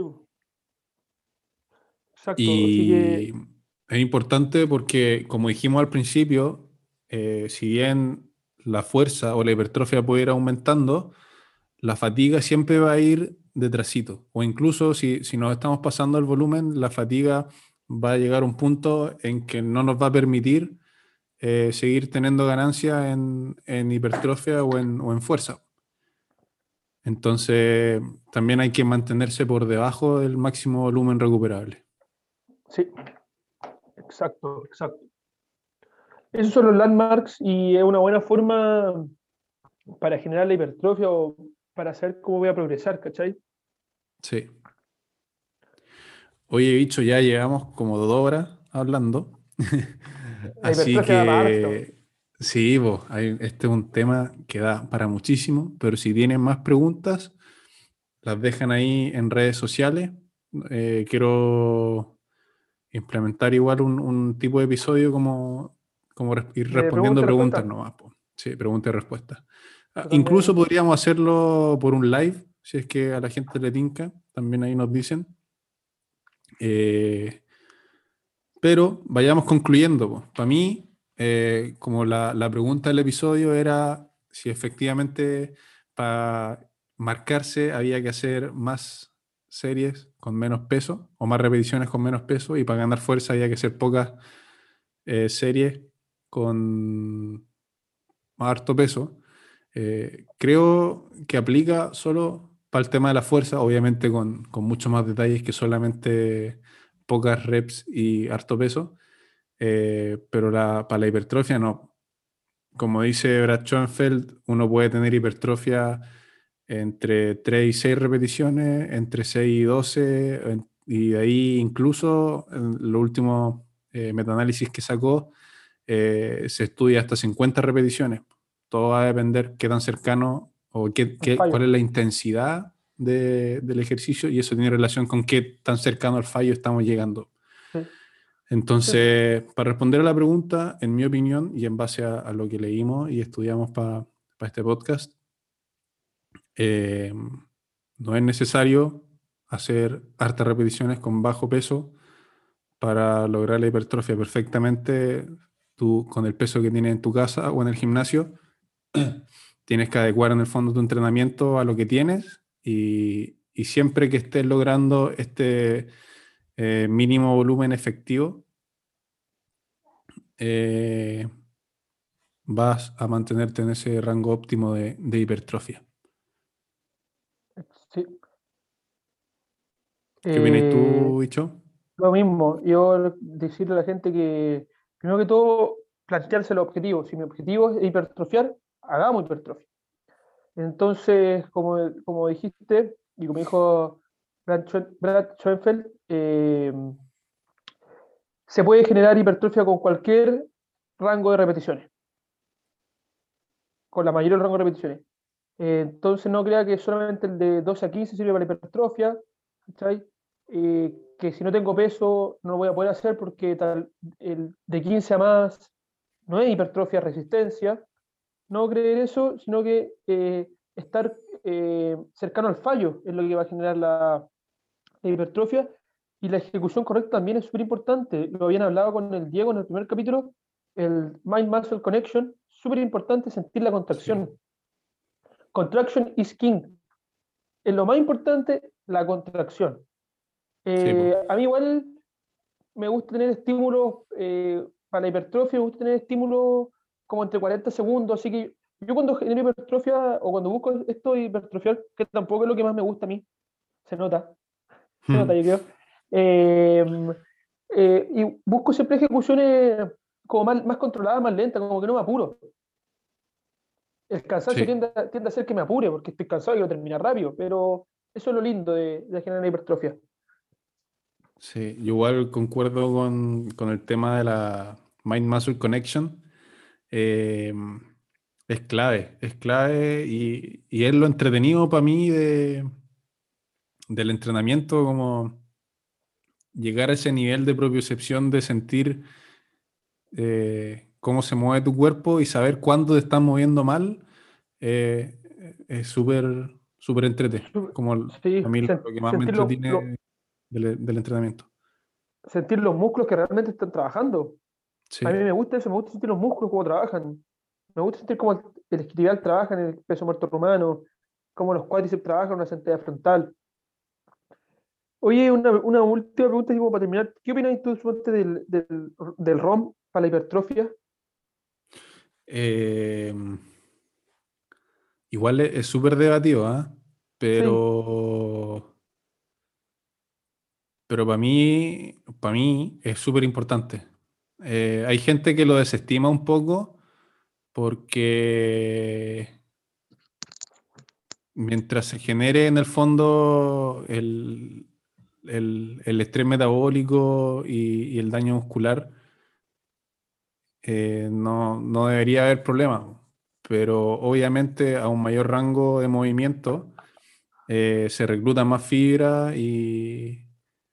exacto. Así Y que es importante porque, como dijimos al principio, eh, si bien la fuerza o la hipertrofia puede ir aumentando, la fatiga siempre va a ir detrásito. O incluso si, si nos estamos pasando el volumen, la fatiga va a llegar a un punto en que no nos va a permitir eh, seguir teniendo ganancias en, en hipertrofia o en, o en fuerza. Entonces, también hay que mantenerse por debajo del máximo volumen recuperable. sí, exacto, exacto. Esos son los landmarks y es una buena forma para generar la hipertrofia o para saber cómo voy a progresar, ¿cachai? Sí. Oye, bicho, ya llevamos como dos horas hablando. La Así hipertrofia da para harto. que sí, vos, hay- este es un tema que da para muchísimo, pero si tienen más preguntas, las dejan ahí en redes sociales. Eh, quiero implementar igual un, un tipo de episodio como, como res- ir De respondiendo pregunta y preguntas respuesta. nomás, po. Sí, preguntas y respuestas. Ah, incluso Totalmente. podríamos hacerlo por un live, si es que a la gente le tinca, también ahí nos dicen. Eh, Pero vayamos concluyendo. Para mí, eh, como la, la pregunta del episodio era si efectivamente para marcarse había que hacer más series con menos peso o más repeticiones con menos peso y para ganar fuerza había que hacer pocas eh, series con más harto peso. Eh, creo que aplica solo para el tema de la fuerza, obviamente con, con muchos más detalles que solamente pocas reps y harto peso. Eh, pero la, para la hipertrofia no. Como dice Brad Schoenfeld, uno puede tener hipertrofia entre tres y seis repeticiones, entre seis y doce, en- y de ahí incluso en los últimos eh, metaanálisis que sacó, eh, se estudia hasta cincuenta repeticiones. Todo va a depender qué tan cercano o qué, Un qué- cuál fallo. es la intensidad de- del ejercicio y eso tiene relación con qué tan cercano al fallo estamos llegando. Sí, sí, Entonces, para responder a la pregunta, en mi opinión, y en base a, a lo que leímos y estudiamos para este podcast, eh, no es necesario hacer hartas repeticiones con bajo peso para lograr la hipertrofia perfectamente. Tú, con el peso que tienes en tu casa o en el gimnasio, tienes que adecuar en el fondo tu entrenamiento a lo que tienes y, y siempre que estés logrando este eh, mínimo volumen efectivo, eh, vas a mantenerte en ese rango óptimo de, de hipertrofia. sí. ¿Qué opinas Eh, tú, Bicho? lo mismo, yo decirle a la gente que, primero que todo, plantearse el objetivo. Si mi objetivo es hipertrofiar, hagamos hipertrofia. Entonces, como, como dijiste, y como dijo Brad, Schoen- Brad Schoenfeld, eh, se puede generar hipertrofia con cualquier rango de repeticiones, con la mayoría del rango de repeticiones. Eh, entonces no crea que solamente el de doce a quince sirve para la hipertrofia, ¿cachai? Eh, que si no tengo peso no lo voy a poder hacer porque tal, el de quince a más no es hipertrofia, es resistencia. No creer eso, sino que eh, estar eh, cercano al fallo es lo que va a generar la, la hipertrofia. Y la ejecución correcta también es súper importante. Lo habían hablado con el Diego en el primer capítulo, el Mind-Muscle Connection, súper importante sentir la Sí, contracción. Contraction is king. Es lo más importante, la contracción. sí, po. Eh, a mí igual me gusta tener estímulos eh, para la hipertrofia, me gusta tener estímulos como entre cuarenta segundos, así que yo cuando genero hipertrofia o cuando busco esto de hipertrofiar, que tampoco es lo que más me gusta a mí, se nota, se nota Hmm. yo creo, eh, Eh, y busco siempre ejecuciones como más, más controladas, más lentas, como que no me apuro. El cansancio Sí, tiende a, tiende a hacer que me apure porque estoy cansado y quiero terminar rápido, pero eso es lo lindo de, de generar hipertrofia. sí. Yo igual concuerdo con, con el tema de la Mind-Muscle Connection. Eh, es clave, es clave y, y es lo entretenido para mí de, del entrenamiento, como llegar a ese nivel de propiocepción de sentir eh, cómo se mueve tu cuerpo y saber cuándo te estás moviendo mal, eh, es súper, súper entrete, como Sí, a mí sen- lo que más me sentir, lo- lo- entretiene del, del entrenamiento. sentir los músculos que realmente están trabajando. A Sí, mí me gusta eso, me gusta sentir los músculos cómo trabajan. Me gusta sentir cómo el, el isquiotibial trabaja en el peso muerto rumano, cómo los cuádriceps trabajan en la sentadilla frontal. Oye, una, una última pregunta así como para terminar. ¿Qué opinas tú suponte, del, del, del ROM para la hipertrofia? Eh, igual es es súper debatido, ¿ah? Sí, Pero, pero para mí, para mí es súper importante. Eh, hay gente que lo desestima un poco porque mientras se genere en el fondo el, el- el estrés metabólico y, y el daño muscular, eh, no, no debería haber problema. Pero obviamente a un mayor rango de movimiento eh, se recluta más fibra y,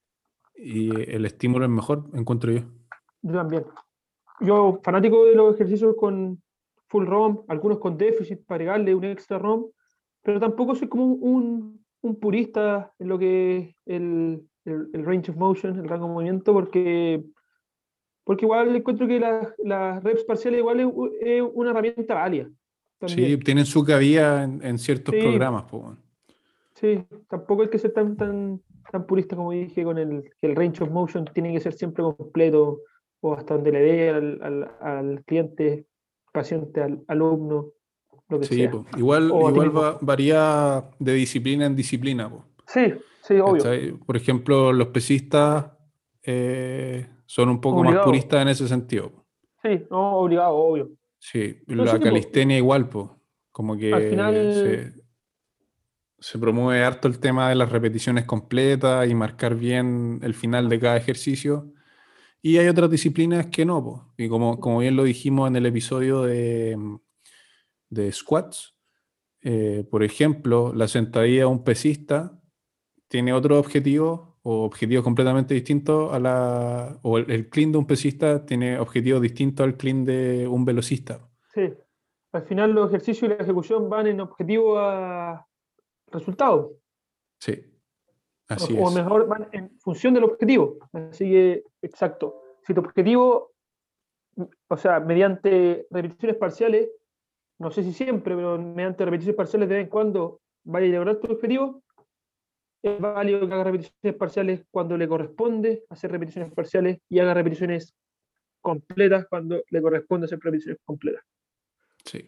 y el estímulo es mejor, encuentro yo. yo también. Yo, fanático de los ejercicios con full ROM, algunos con déficit para agregarle un extra ROM, pero tampoco soy como un, un purista en lo que es el, el, el range of motion, el rango de movimiento, porque, porque igual encuentro que las, las reps parciales igual es, u- es una herramienta válida Sí, también. tienen su cabida en, en ciertos Sí, programas, po, weón. sí, tampoco hay que ser tan, tan, tan purista como dije con el que el range of motion tiene que ser siempre completo o hasta donde le dé al, al, al cliente, paciente, al alumno, lo que Sí, sea. po. Igual, O a ti igual mismo. va- varía de disciplina en disciplina, po. Sí, sí, obvio. ¿Cachai? Por ejemplo, los pesistas eh, son un poco más Obligado. puristas en ese sentido, po. Sí, no, obligado, obvio. Sí, No, sí, la pues, calistenia igual, po. Como al que final, se, se promueve harto el tema de las repeticiones completas y marcar bien el final de cada ejercicio. Y hay otras disciplinas que no, po. Y como, como bien lo dijimos en el episodio de, de squats, eh, por ejemplo, la sentadilla de un pesista tiene otro objetivo o objetivos completamente distintos a la... o el, el clean de un pesista tiene objetivos distintos al clean de un velocista. sí, al final los ejercicios y la ejecución van en objetivo a resultado, Sí, o, así o es. mejor, van en función del objetivo. Así que, exacto. Si tu objetivo, o sea, mediante repeticiones parciales, no sé si siempre, pero mediante repeticiones parciales de vez en cuando vaya a lograr tu objetivo, es válido que haga repeticiones parciales cuando le corresponde hacer repeticiones parciales y haga repeticiones completas cuando le corresponde hacer repeticiones completas. Sí.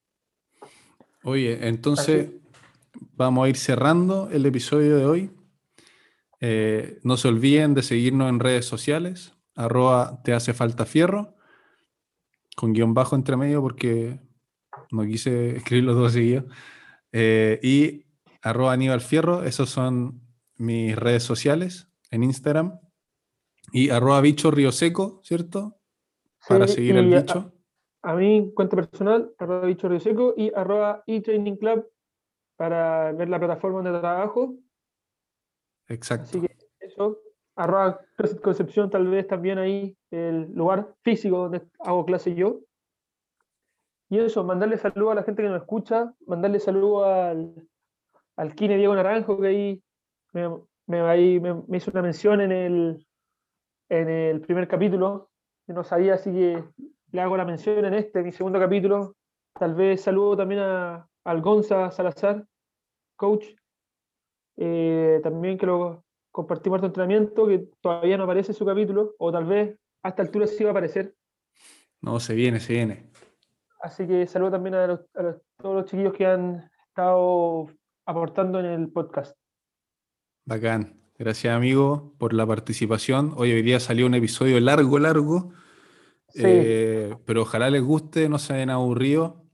Oye, Así, entonces vamos a ir cerrando el episodio de hoy. Eh, no se olviden de seguirnos en redes sociales, arroba te hace falta fierro, con guión bajo entre medio porque no quise escribirlo todo seguido. Eh, y arroba Aníbal Fierro, esos son mis redes sociales en Instagram. Y arroba bicho río seco, ¿cierto? sí, Para seguir al y a, bicho. a mi cuenta personal, arroba bicho río seco y arroba eTraining Club para ver la plataforma donde trabajo. Así Exacto. que eso, arroba CrossFit Concepción, tal vez también ahí el lugar físico donde hago clase yo. Y eso, mandarle saludos a la gente que nos escucha, mandarle saludos al, al Kine Diego Naranjo, que ahí me, me, ahí me, me hizo una mención en el, en el primer capítulo, que no sabía, así que le hago la mención en este, mi segundo capítulo. Tal vez saludo también a, al Gonza Salazar, coach, eh, también que lo compartimos harto entrenamiento, que todavía no aparece en su capítulo, o tal vez a esta altura sí va a aparecer. No, se viene, se viene. Así que saludo también a, los- a los- todos los chiquillos que han estado aportando en el podcast. Bacán. Gracias, amigo, por la participación. Hoy, hoy día salió un episodio largo, largo, Sí, eh, pero ojalá les guste, no se hayan aburrido.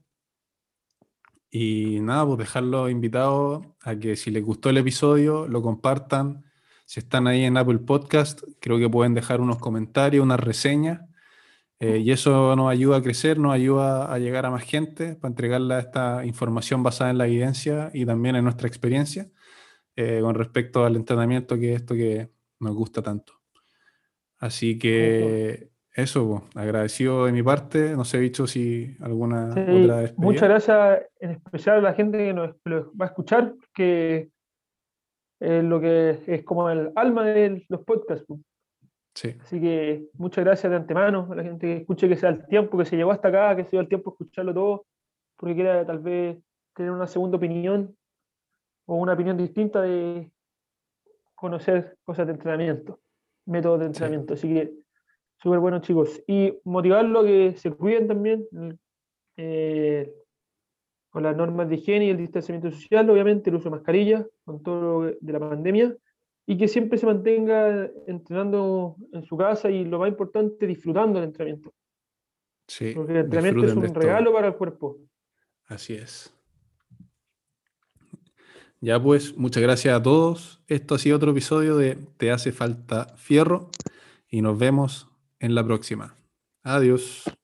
Y nada, pues dejarlos invitados a que si les gustó el episodio, lo compartan. Si están ahí en Apple Podcast, creo que pueden dejar unos comentarios, unas reseñas. Eh, y eso nos ayuda a crecer, nos ayuda a llegar a más gente para entregarle esta información basada en la evidencia y también en nuestra experiencia eh, con respecto al entrenamiento, que es esto que nos gusta tanto. Así eso. que eso, po, agradecido de mi parte. No sé, bicho, si alguna otra Sí, muchas despedida. gracias en especial a la gente que nos lo va a escuchar, que es lo que es como el alma de los podcasts, pues. Sí, Así que muchas gracias de antemano a la gente que escuche, que sea el tiempo, que se llegó hasta acá, que se dio el tiempo de escucharlo todo, porque quiera tal vez tener una segunda opinión o una opinión distinta de conocer cosas de entrenamiento, métodos de sí, entrenamiento. Así que súper bueno, chicos. Y motivarlo a que se cuiden también eh, con las normas de higiene y el distanciamiento social, obviamente, el uso de mascarilla, con todo lo de la pandemia, y que siempre se mantenga entrenando en su casa y lo más importante, disfrutando del entrenamiento, sí. porque el entrenamiento es Disfruten de un esto. regalo para el cuerpo. Así es. Ya pues, muchas gracias a todos. Esto ha sido otro episodio de Te hace falta fierro y nos vemos en la próxima. Adiós.